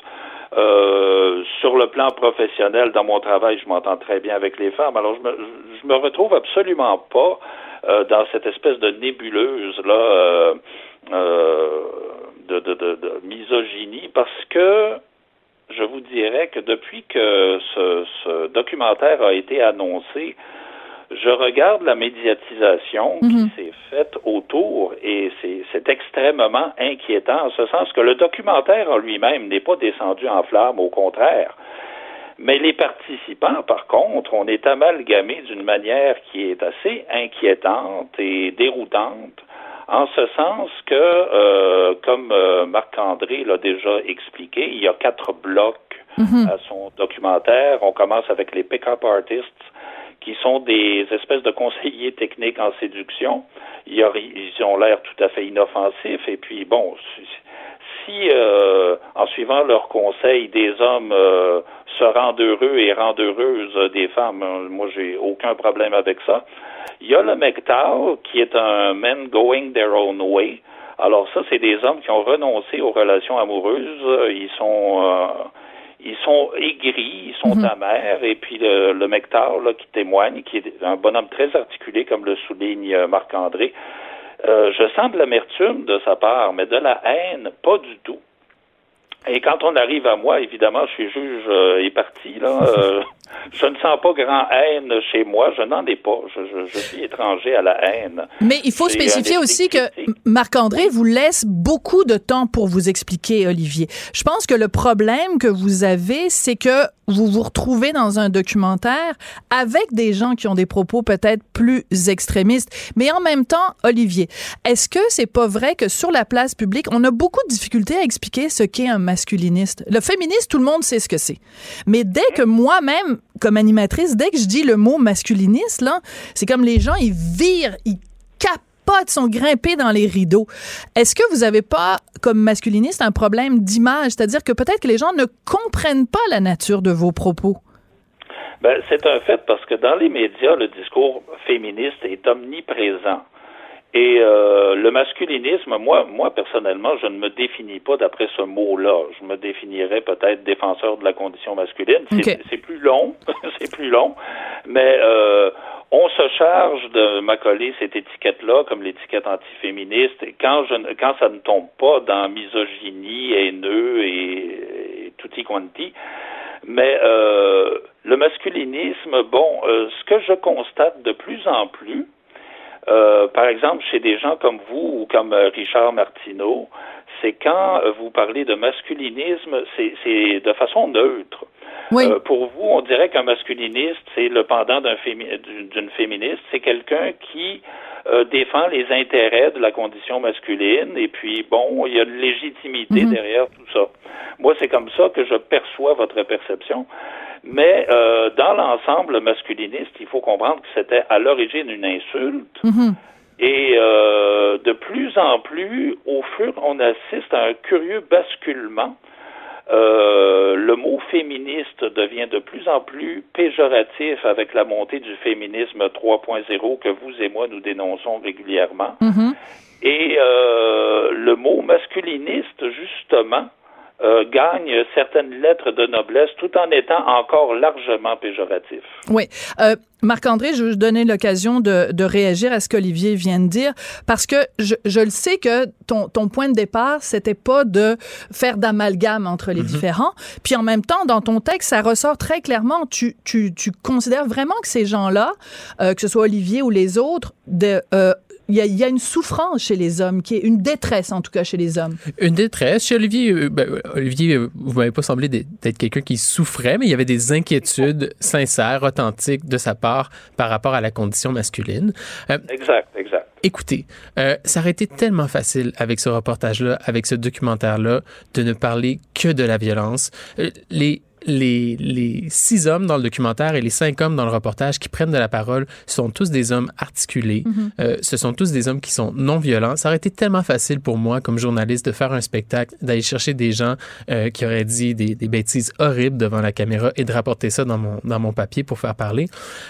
Euh, sur le plan professionnel, dans mon travail, je m'entends très bien avec les femmes. Alors, je me, je me retrouve absolument pas euh, dans cette espèce de nébuleuse là. Euh, euh, De, de, de, de misogynie, parce que je vous dirais que depuis que ce, ce documentaire a été annoncé, je regarde la médiatisation mm-hmm. qui s'est faite autour et c'est, c'est extrêmement inquiétant en ce sens que le documentaire en lui-même n'est pas descendu en flammes, au contraire. Mais les participants, par contre, on est amalgamés d'une manière qui est assez inquiétante et déroutante. En ce sens que, euh, comme euh, Marc-André l'a déjà expliqué, il y a quatre blocs mm-hmm. à son documentaire. On commence avec les pick-up artists, qui sont des espèces de conseillers techniques en séduction. Il y a, ils ont l'air tout à fait inoffensifs. Et puis, bon, si, si euh, en suivant leurs conseils, des hommes euh, se rendent heureux et rendent heureuses des femmes, moi, j'ai aucun problème avec ça. Il y a le M G T O W, qui est un Men Going Their Own Way. Alors ça, c'est des hommes qui ont renoncé aux relations amoureuses. Ils sont... Euh, Ils sont aigris, ils sont mm-hmm. amers, et puis le, le Mectar là, qui témoigne, qui est un bonhomme très articulé, comme le souligne Marc-André, euh, je sens de l'amertume de sa part, mais de la haine, pas du tout. Et quand on arrive à moi, évidemment, je suis juge euh, et parti, là, euh, je ne sens pas grand haine chez moi, je n'en ai pas, je, je, je suis étranger à la haine. Mais il faut spécifier aussi que Marc-André vous laisse beaucoup de temps pour vous expliquer, Olivier. Je pense que le problème que vous avez, c'est que vous vous retrouvez dans un documentaire avec des gens qui ont des propos peut-être plus extrémistes. Mais en même temps, Olivier, est-ce que c'est pas vrai que sur la place publique, on a beaucoup de difficultés à expliquer ce qu'est un masculiniste? Le féministe, tout le monde sait ce que c'est. Mais dès que moi-même, comme animatrice, dès que je dis le mot masculiniste, là, c'est comme les gens, ils virent, ils capotent, sont grimpés dans les rideaux. Est-ce que vous avez pas, comme masculiniste, un problème d'image? C'est-à-dire que peut-être que les gens ne comprennent pas la nature de vos propos. Ben, c'est un fait parce que dans les médias, le discours féministe est omniprésent. Et euh, le masculinisme, moi, moi personnellement, je ne me définis pas d'après ce mot-là. Je me définirais peut-être défenseur de la condition masculine. C'est, okay. c'est plus long, c'est plus long, mais euh, on se charge de m'accoler cette étiquette-là comme l'étiquette antiféministe. Et quand je, quand ça ne tombe pas dans misogynie, haineux et, et tutti quanti. Mais euh, le masculinisme, bon, euh, ce que je constate de plus en plus. Euh, par exemple, chez des gens comme vous ou comme euh, Richard Martineau, c'est quand euh, vous parlez de masculinisme, c'est, c'est de façon neutre. Oui. Euh, pour vous, on dirait qu'un masculiniste, c'est le pendant d'un fémi- d'une féministe, c'est quelqu'un qui euh, défend les intérêts de la condition masculine, et puis, bon, il y a une légitimité mm-hmm. derrière tout ça. Moi, c'est comme ça que je perçois votre perception. Mais euh, dans l'ensemble masculiniste, il faut comprendre que c'était à l'origine une insulte. Mm-hmm. Et euh, de plus en plus, au fur, on assiste à un curieux basculement. Euh, le mot féministe devient de plus en plus péjoratif avec la montée du féminisme trois point zéro que vous et moi nous dénonçons régulièrement. Mm-hmm. Et euh, le mot masculiniste, justement, Euh, gagne certaines lettres de noblesse tout en étant encore largement péjoratif. Oui. Euh, Marc-André, je vais vous donner l'occasion de, de réagir à ce qu'Olivier vient de dire, parce que je, je le sais que ton, ton point de départ, c'était pas de faire d'amalgame entre les mm-hmm. différents, puis en même temps, dans ton texte, ça ressort très clairement, tu, tu, tu considères vraiment que ces gens-là, euh, que ce soit Olivier ou les autres, de... Euh, Il y, a, il y a une souffrance chez les hommes, qui est une détresse, en tout cas, chez les hommes. Une détresse. Chez Olivier, euh, ben, Olivier, vous m'avez pas semblé d'être quelqu'un qui souffrait, mais il y avait des inquiétudes sincères, authentiques de sa part par rapport à la condition masculine. Euh, exact, exact. Écoutez, euh, ça aurait été tellement facile avec ce reportage-là, avec ce documentaire-là, de ne parler que de la violence. Euh, les Les, les six hommes dans le documentaire et les cinq hommes dans le reportage qui prennent de la parole sont tous des hommes articulés. Mm-hmm. Euh, ce sont tous des hommes qui sont non violents. Ça aurait été tellement facile pour moi, comme journaliste, de faire un spectacle, d'aller chercher des gens euh, qui auraient dit des, des bêtises horribles devant la caméra et de rapporter ça dans mon, dans mon papier pour faire parler.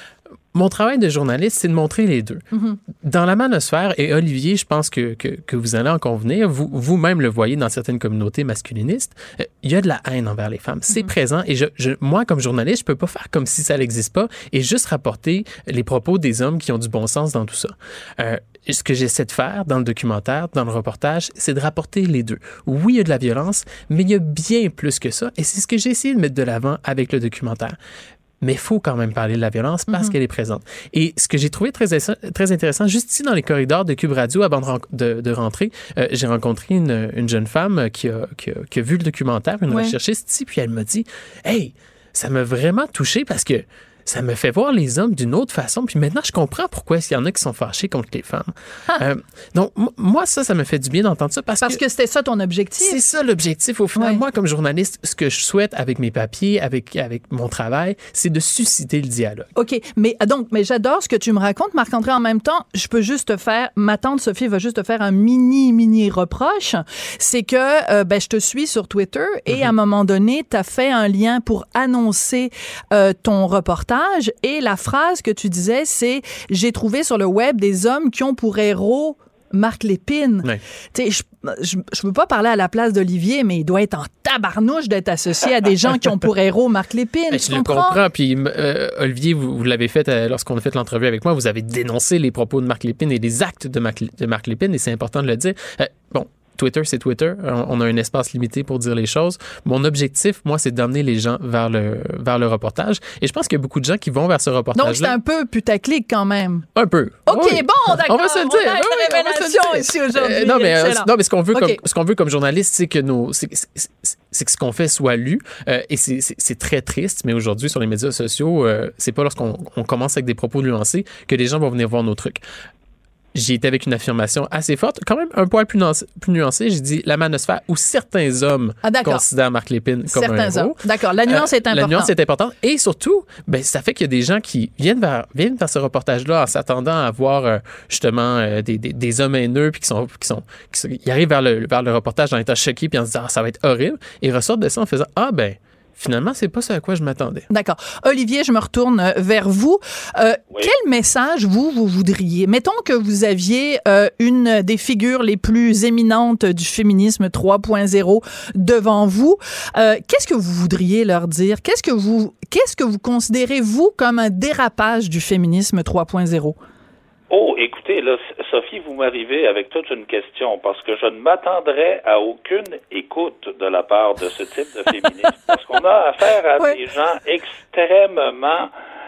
Mon travail de journaliste, c'est de montrer les deux. Mm-hmm. Dans la manosphère, et Olivier, je pense que, que, que vous allez en convenir, vous, vous-même le voyez dans certaines communautés masculinistes, il euh, y a de la haine envers les femmes. C'est mm-hmm. présent. Et je, je, moi, comme journaliste, je peux pas faire comme si ça n'existe pas et juste rapporter les propos des hommes qui ont du bon sens dans tout ça. Euh, ce que j'essaie de faire dans le documentaire, dans le reportage, c'est de rapporter les deux. Oui, il y a de la violence, mais il y a bien plus que ça. Et c'est ce que j'ai essayé de mettre de l'avant avec le documentaire. Mais il faut quand même parler de la violence parce mm-hmm. qu'elle est présente. Et ce que j'ai trouvé très, très intéressant, juste ici dans les corridors de Cube Radio, avant de, de, de rentrer, euh, j'ai rencontré une, une jeune femme qui a, qui, a, qui a vu le documentaire, une ouais. recherchiste ici, puis elle m'a dit « Hey, ça m'a vraiment touché parce que ça me fait voir les hommes d'une autre façon. Puis maintenant, je comprends pourquoi il y en a qui sont fâchés contre les femmes. Ah. Euh, donc, m- moi, ça, ça me fait du bien d'entendre ça. Parce, parce que, que c'était ça ton objectif. C'est ça l'objectif. Au final, ouais. moi, comme journaliste, ce que je souhaite avec mes papiers, avec, avec mon travail, c'est de susciter le dialogue. OK. Mais donc, mais j'adore ce que tu me racontes, Marc-André. En même temps, je peux juste te faire, ma tante Sophie va juste te faire un mini, mini reproche. C'est que, euh, ben, je te suis sur Twitter et mm-hmm. à un moment donné, tu as fait un lien pour annoncer euh, ton reportage. Et la phrase que tu disais, c'est « J'ai trouvé sur le web des hommes qui ont pour héros Marc Lépine. Oui. Tu sais, je, je, je veux pas parler à la place d'Olivier, mais il doit être en tabarnouche d'être associé à des gens qui ont pour héros Marc Lépine. Ben, tu je comprends? le comprends. Puis, euh, Olivier, vous, vous l'avez fait euh, lorsqu'on a fait l'entrevue avec moi. Vous avez dénoncé les propos de Marc Lépine et les actes de Marc, de Marc Lépine, et c'est important de le dire. Euh, bon. Twitter, c'est Twitter. On a un espace limité pour dire les choses. Mon objectif, moi, c'est d'emmener les gens vers le, vers le reportage. Et je pense qu'il y a beaucoup de gens qui vont vers ce reportage-là. Donc, c'est un peu putaclic quand même. Un peu. OK, oui. bon, d'accord. On va se le dire. On a une oui, révélation ici aujourd'hui. Euh, non, mais, euh, non, mais ce qu'on veut, okay. comme, ce qu'on veut comme journaliste, c'est que nos, c'est, c'est, c'est, c'est que ce qu'on fait soit lu. Euh, et c'est, c'est, c'est très triste, mais aujourd'hui, sur les médias sociaux, euh, c'est pas lorsqu'on on commence avec des propos nuancés que les gens vont venir voir nos trucs. J'ai été avec une affirmation assez forte, quand même un poil plus, nuancé, plus nuancé. J'ai dit la manosphère où certains hommes ah, considèrent Marc Lépine comme certains un héros. Hommes. D'accord, la nuance euh, est importante. La nuance est importante. Et surtout, ben, ça fait qu'il y a des gens qui viennent vers, viennent vers ce reportage-là en s'attendant à voir euh, justement euh, des, des, des hommes haineux puis qui sont, qui sont, qui sont, ils arrivent vers le, vers le reportage en étant choqués puis en se disant ah, ça va être horrible. Et ils ressortent de ça en faisant ah ben. Finalement, c'est pas ce à quoi je m'attendais. D'accord. Olivier, je me retourne vers vous. Euh, oui. Quel message, vous, vous voudriez? Mettons que vous aviez euh, une des figures les plus éminentes du féminisme trois point zéro devant vous. Euh, qu'est-ce que vous voudriez leur dire? Qu'est-ce que vous, qu'est-ce que vous considérez, vous, comme un dérapage du féminisme trois point zéro? Oh, écoutez, là, Sophie, vous m'arrivez avec toute une question, parce que je ne m'attendrais à aucune écoute de la part de ce type de féminisme, parce qu'on a affaire à oui. des gens extrêmement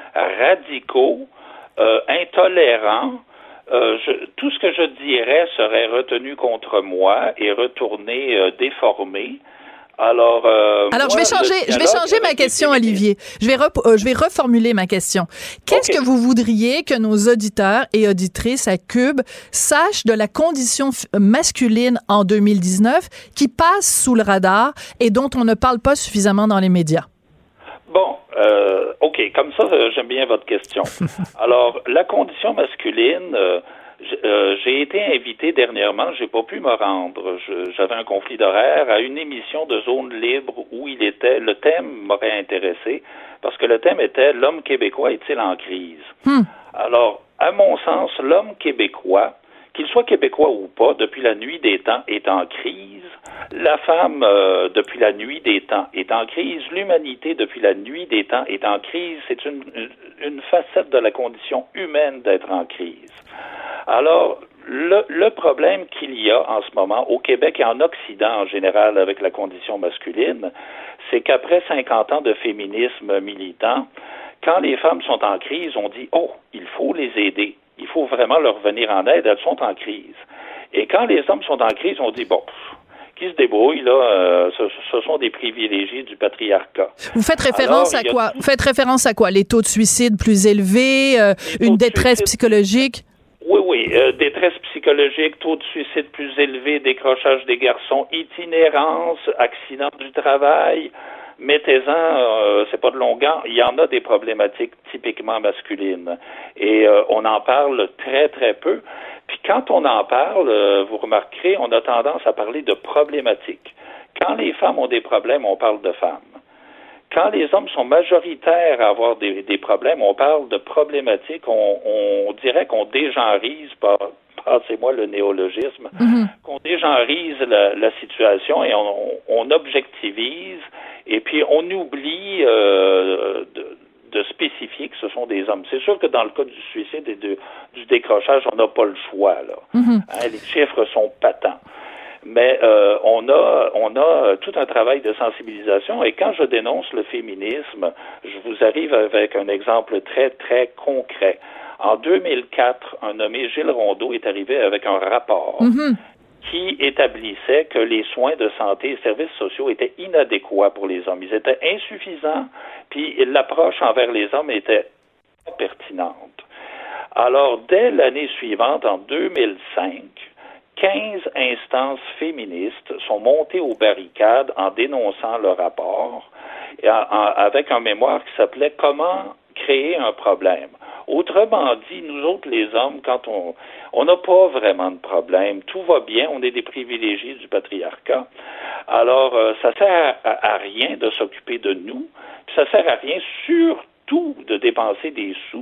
radicaux, euh, intolérants. Euh, je, tout ce que je dirais serait retenu contre moi et retourné euh, déformé. Alors, euh, Alors moi, je vais changer, je vais changer ma question, Olivier. Je vais, rep- euh, je vais reformuler ma question. Qu'est-ce okay. que vous voudriez que nos auditeurs et auditrices à Cube sachent de la condition f- masculine en deux mille dix-neuf qui passe sous le radar et dont on ne parle pas suffisamment dans les médias? Bon, euh, OK, comme ça, j'aime bien votre question. Alors, la condition masculine... Euh, Euh, j'ai été invité dernièrement, j'ai pas pu me rendre, je, j'avais un conflit d'horaire, à une émission de Zone Libre où il était, le thème m'aurait intéressé, parce que le thème était « L'homme québécois est-il en crise? Hmm. » Alors, à mon sens, l'homme québécois, qu'il soit québécois ou pas, depuis la nuit des temps, est en crise. La femme, euh, depuis la nuit des temps, est en crise. L'humanité, depuis la nuit des temps, est en crise. C'est une, une, une facette de la condition humaine d'être en crise. Alors, le, le problème qu'il y a en ce moment au Québec et en Occident en général avec la condition masculine, c'est qu'après cinquante ans de féminisme militant, quand les femmes sont en crise, on dit « Oh, il faut les aider. Il faut vraiment leur venir en aide. Elles sont en crise. » Et quand les hommes sont en crise, on dit « Bon, pff, qui se débrouille, là, euh, ce, ce sont des privilégiés du patriarcat. » Vous faites référence Alors, à quoi? Tout... Vous faites référence à quoi? Les taux de suicide plus élevés, euh, une détresse suicide... psychologique? Oui, oui. Euh, détresse psychologique, taux de suicide plus élevé, décrochage des garçons, itinérance, accident du travail. Mettez-en, euh, c'est pas de longueur, il y en a des problématiques typiquement masculines. Et euh, on en parle très, très peu. Puis quand on en parle, euh, vous remarquerez, on a tendance à parler de problématiques. Quand les femmes ont des problèmes, on parle de femmes. Quand les hommes sont majoritaires à avoir des, des problèmes, on parle de problématiques, on, on dirait qu'on dégenreise, par, passez-moi le néologisme, mm-hmm. qu'on dégenreise la, la situation et on, on objectivise et puis on oublie euh, de, de spécifier que ce sont des hommes. C'est sûr que dans le cas du suicide et de, du décrochage, on n'a pas le choix, là. Mm-hmm. Hein, les chiffres sont patents. Mais euh, on a on a tout un travail de sensibilisation et quand je dénonce le féminisme, je vous arrive avec un exemple très, très concret. En deux mille quatre, un nommé Gilles Rondeau est arrivé avec un rapport mm-hmm. qui établissait que les soins de santé et services sociaux étaient inadéquats pour les hommes. Ils étaient insuffisants, puis l'approche envers les hommes était pas pertinente. Alors, dès l'année suivante, en deux mille cinq, quinze instances féministes sont montées aux barricades en dénonçant le rapport et en, en, avec un mémoire qui s'appelait « Comment créer un problème ». Autrement dit, nous autres, les hommes, quand on on n'a pas vraiment de problème, tout va bien, on est des privilégiés du patriarcat. Alors, euh, ça sert à, à rien de s'occuper de nous, puis ça sert à rien surtout de dépenser des sous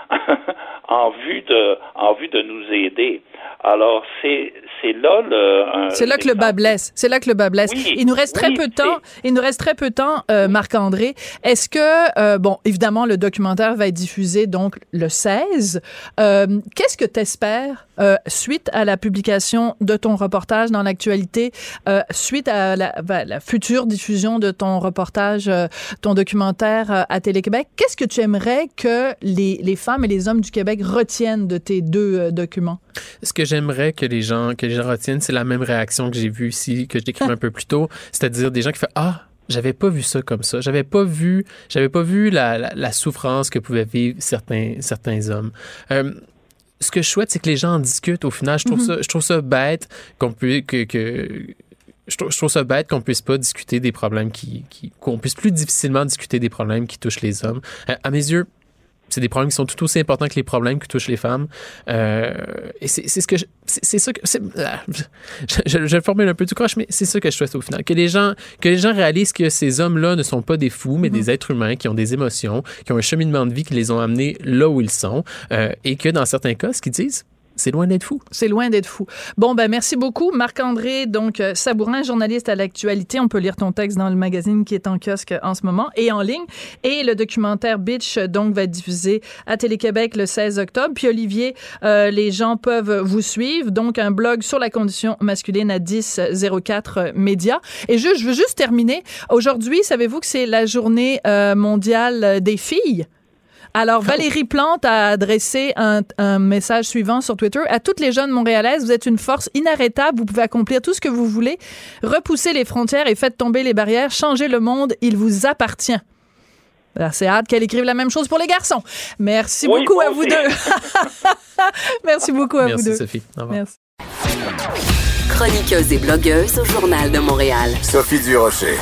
en vue de en vue de nous aider. Alors c'est c'est là le un, c'est là que le bas blesse. C'est là que le bas blesse. Oui, il nous reste très oui, peu de temps. C'est... Il nous reste très peu de temps, euh, Marc-André. Est-ce que euh, bon, évidemment, le documentaire va être diffusé donc le seize. Euh, qu'est-ce que t'espères euh, suite à la publication de ton reportage dans l'actualité, euh, suite à la, à la future diffusion de ton reportage, euh, ton documentaire euh, à Télé-Québec? Qu'est-ce que tu aimerais que les les femmes et les hommes du Québec retiennent de tes deux euh, documents? Ce que j'aimerais que les gens que les gens retiennent, c'est la même réaction que j'ai vue ici, que je décrivais un peu plus tôt, c'est-à-dire des gens qui font ah, j'avais pas vu ça comme ça, j'avais pas vu, j'avais pas vu la, la, la souffrance que pouvaient vivre certains certains hommes. Euh, ce que je souhaite, c'est que les gens en discutent. Au final, je trouve mm-hmm. ça, je trouve ça bête qu'on puisse que, que je trouve, je trouve ça bête qu'on puisse pas discuter des problèmes qui, qui qu'on puisse plus difficilement discuter des problèmes qui touchent les hommes. Euh, à mes yeux, c'est des problèmes qui sont tout aussi importants que les problèmes qui touchent les femmes. Euh, et c'est, c'est ce que je, c'est, c'est ça que c'est, je, je, je le formule un peu tout croche, mais c'est ça que je souhaite au final. Que les gens, que les gens réalisent que ces hommes-là ne sont pas des fous, mais mm-hmm. des êtres humains qui ont des émotions, qui ont un cheminement de vie qui les ont amenés là où ils sont, euh, et que dans certains cas, ce qu'ils disent, c'est loin d'être fou. C'est loin d'être fou. Bon, ben merci beaucoup. Marc-André, donc, euh, Sabourin, journaliste à l'actualité. On peut lire ton texte dans le magazine qui est en kiosque en ce moment et en ligne. Et le documentaire Bitch, donc, va être diffusé à Télé-Québec le seize octobre. Puis Olivier, euh, les gens peuvent vous suivre. Donc, un blog sur la condition masculine à dix zéro quatre Média. Et je, je veux juste terminer. Aujourd'hui, savez-vous que c'est la journée euh, mondiale des filles? Alors, Valérie Plante a adressé un, un message suivant sur Twitter. À toutes les jeunes montréalaises, vous êtes une force inarrêtable. Vous pouvez accomplir tout ce que vous voulez. Repoussez les frontières et faites tomber les barrières. Changez le monde. Il vous appartient. Alors, c'est hâte qu'elle écrive la même chose pour les garçons. Merci oui, beaucoup à vous deux. Merci beaucoup à Merci, vous deux. Sophie. Au revoir. Merci. Chroniqueuse et blogueuse au Journal de Montréal. Sophie Durocher.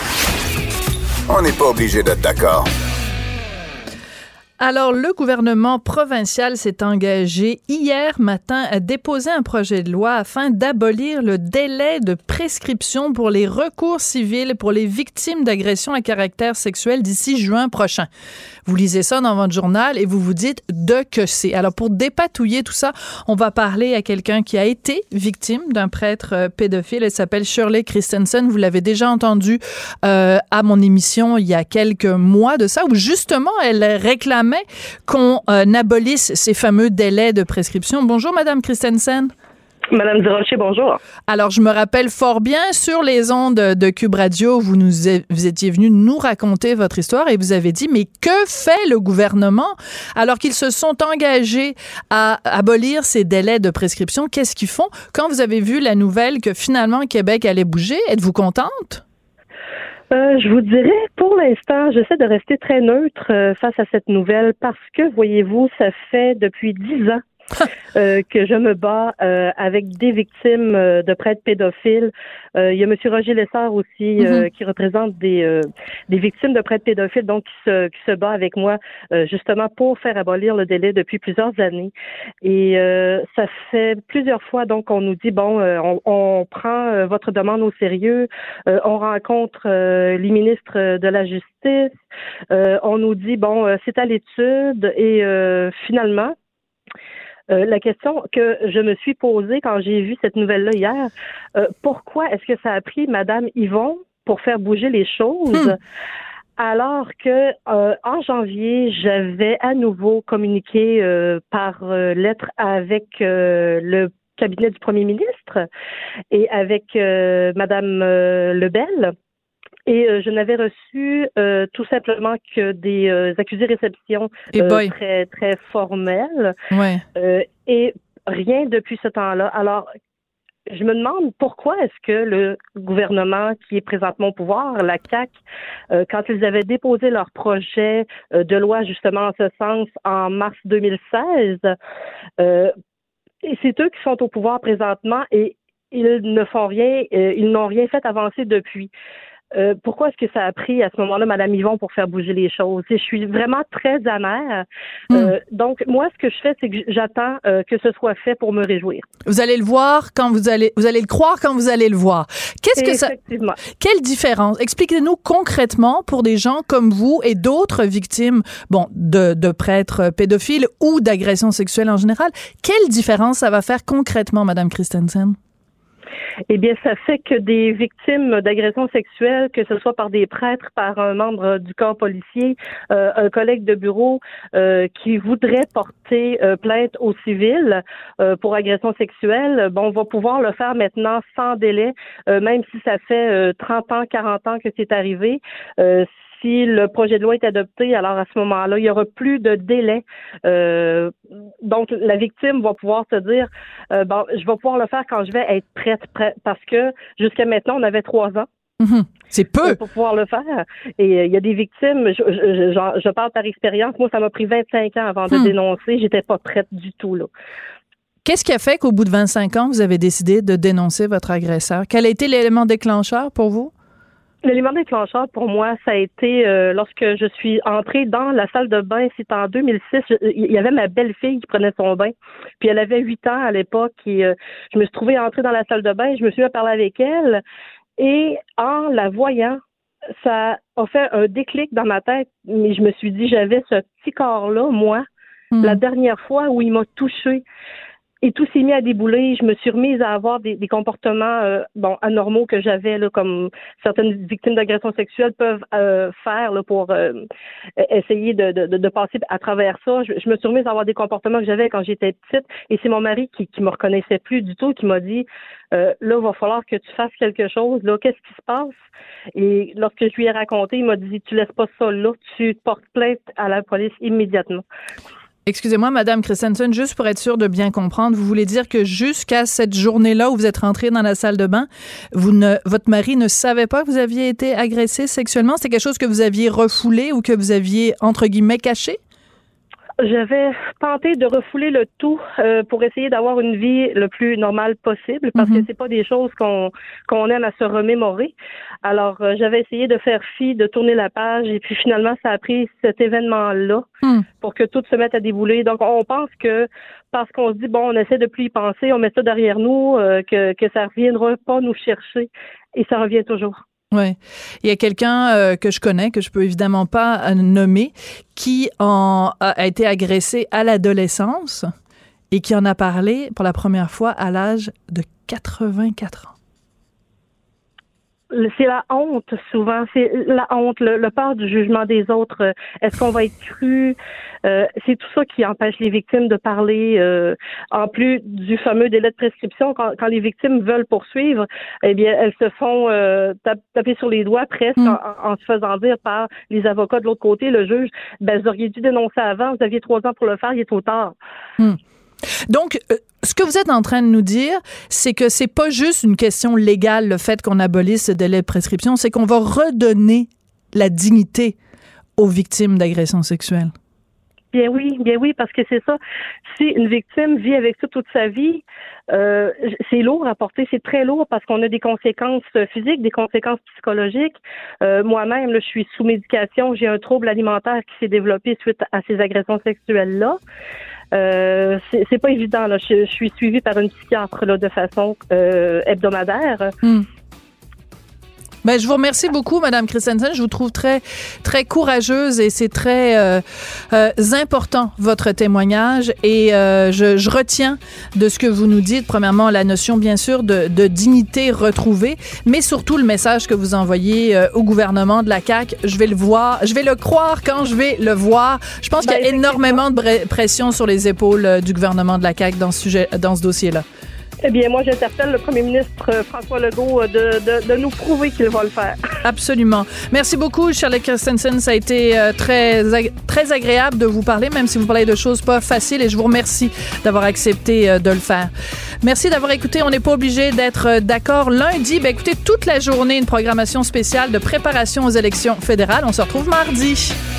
On n'est pas obligé d'être d'accord. Alors, le gouvernement provincial s'est engagé hier matin à déposer un projet de loi afin d'abolir le délai de prescription pour les recours civils pour les victimes d'agressions à caractère sexuel d'ici juin prochain. Vous lisez ça dans votre journal et vous vous dites de que c'est. Alors, pour dépatouiller tout ça, on va parler à quelqu'un qui a été victime d'un prêtre pédophile. Elle s'appelle Shirley Christensen. Vous l'avez déjà entendu euh, à mon émission il y a quelques mois de ça, où justement, elle réclamait qu'on euh, abolisse ces fameux délais de prescription. Bonjour, Madame Christensen. Madame Durocher, bonjour. Alors, je me rappelle fort bien, sur les ondes de Cube Radio, vous, nous, vous étiez venu nous raconter votre histoire et vous avez dit, mais que fait le gouvernement alors qu'ils se sont engagés à abolir ces délais de prescription? Qu'est-ce qu'ils font? Quand vous avez vu la nouvelle que finalement Québec allait bouger, êtes-vous contente? Euh, je vous dirais, pour l'instant, j'essaie de rester très neutre euh, face à cette nouvelle parce que, voyez-vous, ça fait depuis dix ans euh, que je me bats euh, avec des victimes euh, de prêtres pédophiles. Euh, il y a M. Roger Lessard aussi euh, mm-hmm. qui représente des euh, des victimes de prêtres pédophiles, donc qui se, qui se bat avec moi euh, justement pour faire abolir le délai depuis plusieurs années. Et euh, ça fait plusieurs fois donc on nous dit bon, euh, on, on prend euh, votre demande au sérieux, euh, on rencontre euh, les ministres de la Justice, euh, on nous dit bon, euh, c'est à l'étude et euh, finalement. Euh, la question que je me suis posée quand j'ai vu cette nouvelle-là hier, euh, pourquoi est-ce que ça a pris Madame Yvon pour faire bouger les choses, hmm. alors que euh, en janvier, j'avais à nouveau communiqué euh, par euh, lettre avec euh, le cabinet du premier ministre et avec euh, Madame euh, Lebel. Et euh, je n'avais reçu euh, tout simplement que des euh, accusés-réceptions euh, très très formelles. Ouais. Euh, et rien depuis ce temps-là. Alors, je me demande pourquoi est-ce que le gouvernement qui est présentement au pouvoir, la C A Q, euh, quand ils avaient déposé leur projet euh, de loi justement en ce sens en mars deux mille seize, euh, et c'est eux qui sont au pouvoir présentement et ils ne font rien, euh, ils n'ont rien fait avancer depuis. Euh, pourquoi est-ce que ça a pris à ce moment-là Mme Yvon pour faire bouger les choses? Je suis vraiment très amère. Mm. Euh, donc, moi, ce que je fais, c'est que j'attends euh, que ce soit fait pour me réjouir. Vous allez le voir quand vous allez, vous allez le croire quand vous allez le voir. Qu'est-ce que ça, quelle différence? Expliquez-nous concrètement pour des gens comme vous et d'autres victimes, bon, de, de prêtres pédophiles ou d'agressions sexuelles en général. Quelle différence ça va faire concrètement, Mme Christensen? Eh bien, ça fait que des victimes d'agressions sexuelles, que ce soit par des prêtres, par un membre du corps policier, euh, un collègue de bureau euh, qui voudrait porter euh, plainte au civil euh, pour agression sexuelle, bon, on va pouvoir le faire maintenant sans délai, euh, même si ça fait euh, trente ans, quarante ans que c'est arrivé. Euh, Si le projet de loi est adopté, alors à ce moment-là, il y aura plus de délai. Euh, donc, la victime va pouvoir se dire, euh, bon, je vais pouvoir le faire quand je vais être prête, prête parce que jusqu'à maintenant, on avait trois ans. Mmh, c'est peu. Pour pouvoir le faire. Et euh, il y a des victimes, je, je, je, je parle par expérience, moi, ça m'a pris vingt-cinq ans avant de mmh. dénoncer. J'étais pas prête du tout, là. Qu'est-ce qui a fait qu'au bout de vingt-cinq ans, vous avez décidé de dénoncer votre agresseur? Quel a été l'élément déclencheur pour vous? L'élément déclencheur pour moi, ça a été euh, lorsque je suis entrée dans la salle de bain, c'était en deux mille six, il y avait ma belle-fille qui prenait son bain, puis elle avait huit ans à l'époque, et euh, je me suis trouvée entrée dans la salle de bain, je me suis mis à parler avec elle, et en la voyant, ça a fait un déclic dans ma tête, mais je me suis dit, j'avais ce petit corps-là, moi, mmh. la dernière fois où il m'a touchée. Et tout s'est mis à débouler. Je me suis remise à avoir des, des comportements euh, bon anormaux que j'avais, là, comme certaines victimes d'agressions sexuelles peuvent euh, faire là, pour euh, essayer de, de, de passer à travers ça. Je, je me suis remise à avoir des comportements que j'avais quand j'étais petite. Et c'est mon mari qui, qui me reconnaissait plus du tout, qui m'a dit euh, là, il va falloir que tu fasses quelque chose. Là, qu'est-ce qui se passe? Et lorsque je lui ai raconté, il m'a dit tu laisses pas ça là, tu portes plainte à la police immédiatement. Excusez-moi, Madame Christensen, juste pour être sûre de bien comprendre, vous voulez dire que jusqu'à cette journée-là où vous êtes rentrée dans la salle de bain, vous ne, votre mari ne savait pas que vous aviez été agressée sexuellement? C'était quelque chose que vous aviez refoulé ou que vous aviez, entre guillemets, caché? J'avais tenté de refouler le tout euh, pour essayer d'avoir une vie le plus normale possible parce mm-hmm. que c'est pas des choses qu'on qu'on aime à se remémorer. Alors euh, j'avais essayé de faire fi, de tourner la page et puis finalement ça a pris cet événement-là mm. pour que tout se mette à débouler. Donc on pense que parce qu'on se dit bon on essaie de plus y penser, on met ça derrière nous, euh, que que ça reviendra pas nous chercher et ça revient toujours. Oui. Il y a quelqu'un euh, que je connais, que je peux évidemment pas euh, nommer, qui en a, a été agressé à l'adolescence et qui en a parlé pour la première fois à l'âge de quatre-vingt-quatre ans. C'est la honte, souvent. C'est la honte, le, le peur du jugement des autres. Est-ce qu'on va être cru? Euh, c'est tout ça qui empêche les victimes de parler. Euh, en plus du fameux délai de prescription, quand, quand les victimes veulent poursuivre, eh bien, elles se font euh, taper sur les doigts presque mm. en, en se faisant dire par les avocats de l'autre côté, le juge, ben, vous auriez dû dénoncer avant, vous aviez trois ans pour le faire, il est trop tard. Mm. Donc, euh, ce que vous êtes en train de nous dire, c'est que c'est pas juste une question légale, le fait qu'on abolisse ce délai de prescription, c'est qu'on va redonner la dignité aux victimes d'agressions sexuelles. Bien oui, bien oui, parce que c'est ça. Si une victime vit avec ça toute sa vie, euh, c'est lourd à porter, c'est très lourd parce qu'on a des conséquences physiques, des conséquences psychologiques. Euh, moi-même, là, je suis sous médication, j'ai un trouble alimentaire qui s'est développé suite à ces agressions sexuelles-là. Euh, c'est, c'est pas évident, là. Je, je suis suivie par une psychiatre là, de façon euh, hebdomadaire. Mm. Ben, je vous remercie beaucoup, Madame Christensen. Je vous trouve très, très courageuse et c'est très euh, euh, important, votre témoignage. Et euh, je, je retiens de ce que vous nous dites, premièrement, la notion, bien sûr, de, de dignité retrouvée, mais surtout le message que vous envoyez euh, au gouvernement de la C A Q. Je vais le voir, je vais le croire quand je vais le voir. Je pense ben, qu'il y a énormément de bre- pression sur les épaules euh, du gouvernement de la C A Q dans ce sujet, dans ce dossier-là. Eh bien, moi, j'interpelle le premier ministre François Legault de, de, de nous prouver qu'il va le faire. Absolument. Merci beaucoup, Charlotte Christensen. Ça a été euh, très, très agréable de vous parler, même si vous parlez de choses pas faciles, et je vous remercie d'avoir accepté euh, de le faire. Merci d'avoir écouté. On n'est pas obligé d'être euh, d'accord. Lundi, ben, écoutez, toute la journée, une programmation spéciale de préparation aux élections fédérales. On se retrouve mardi.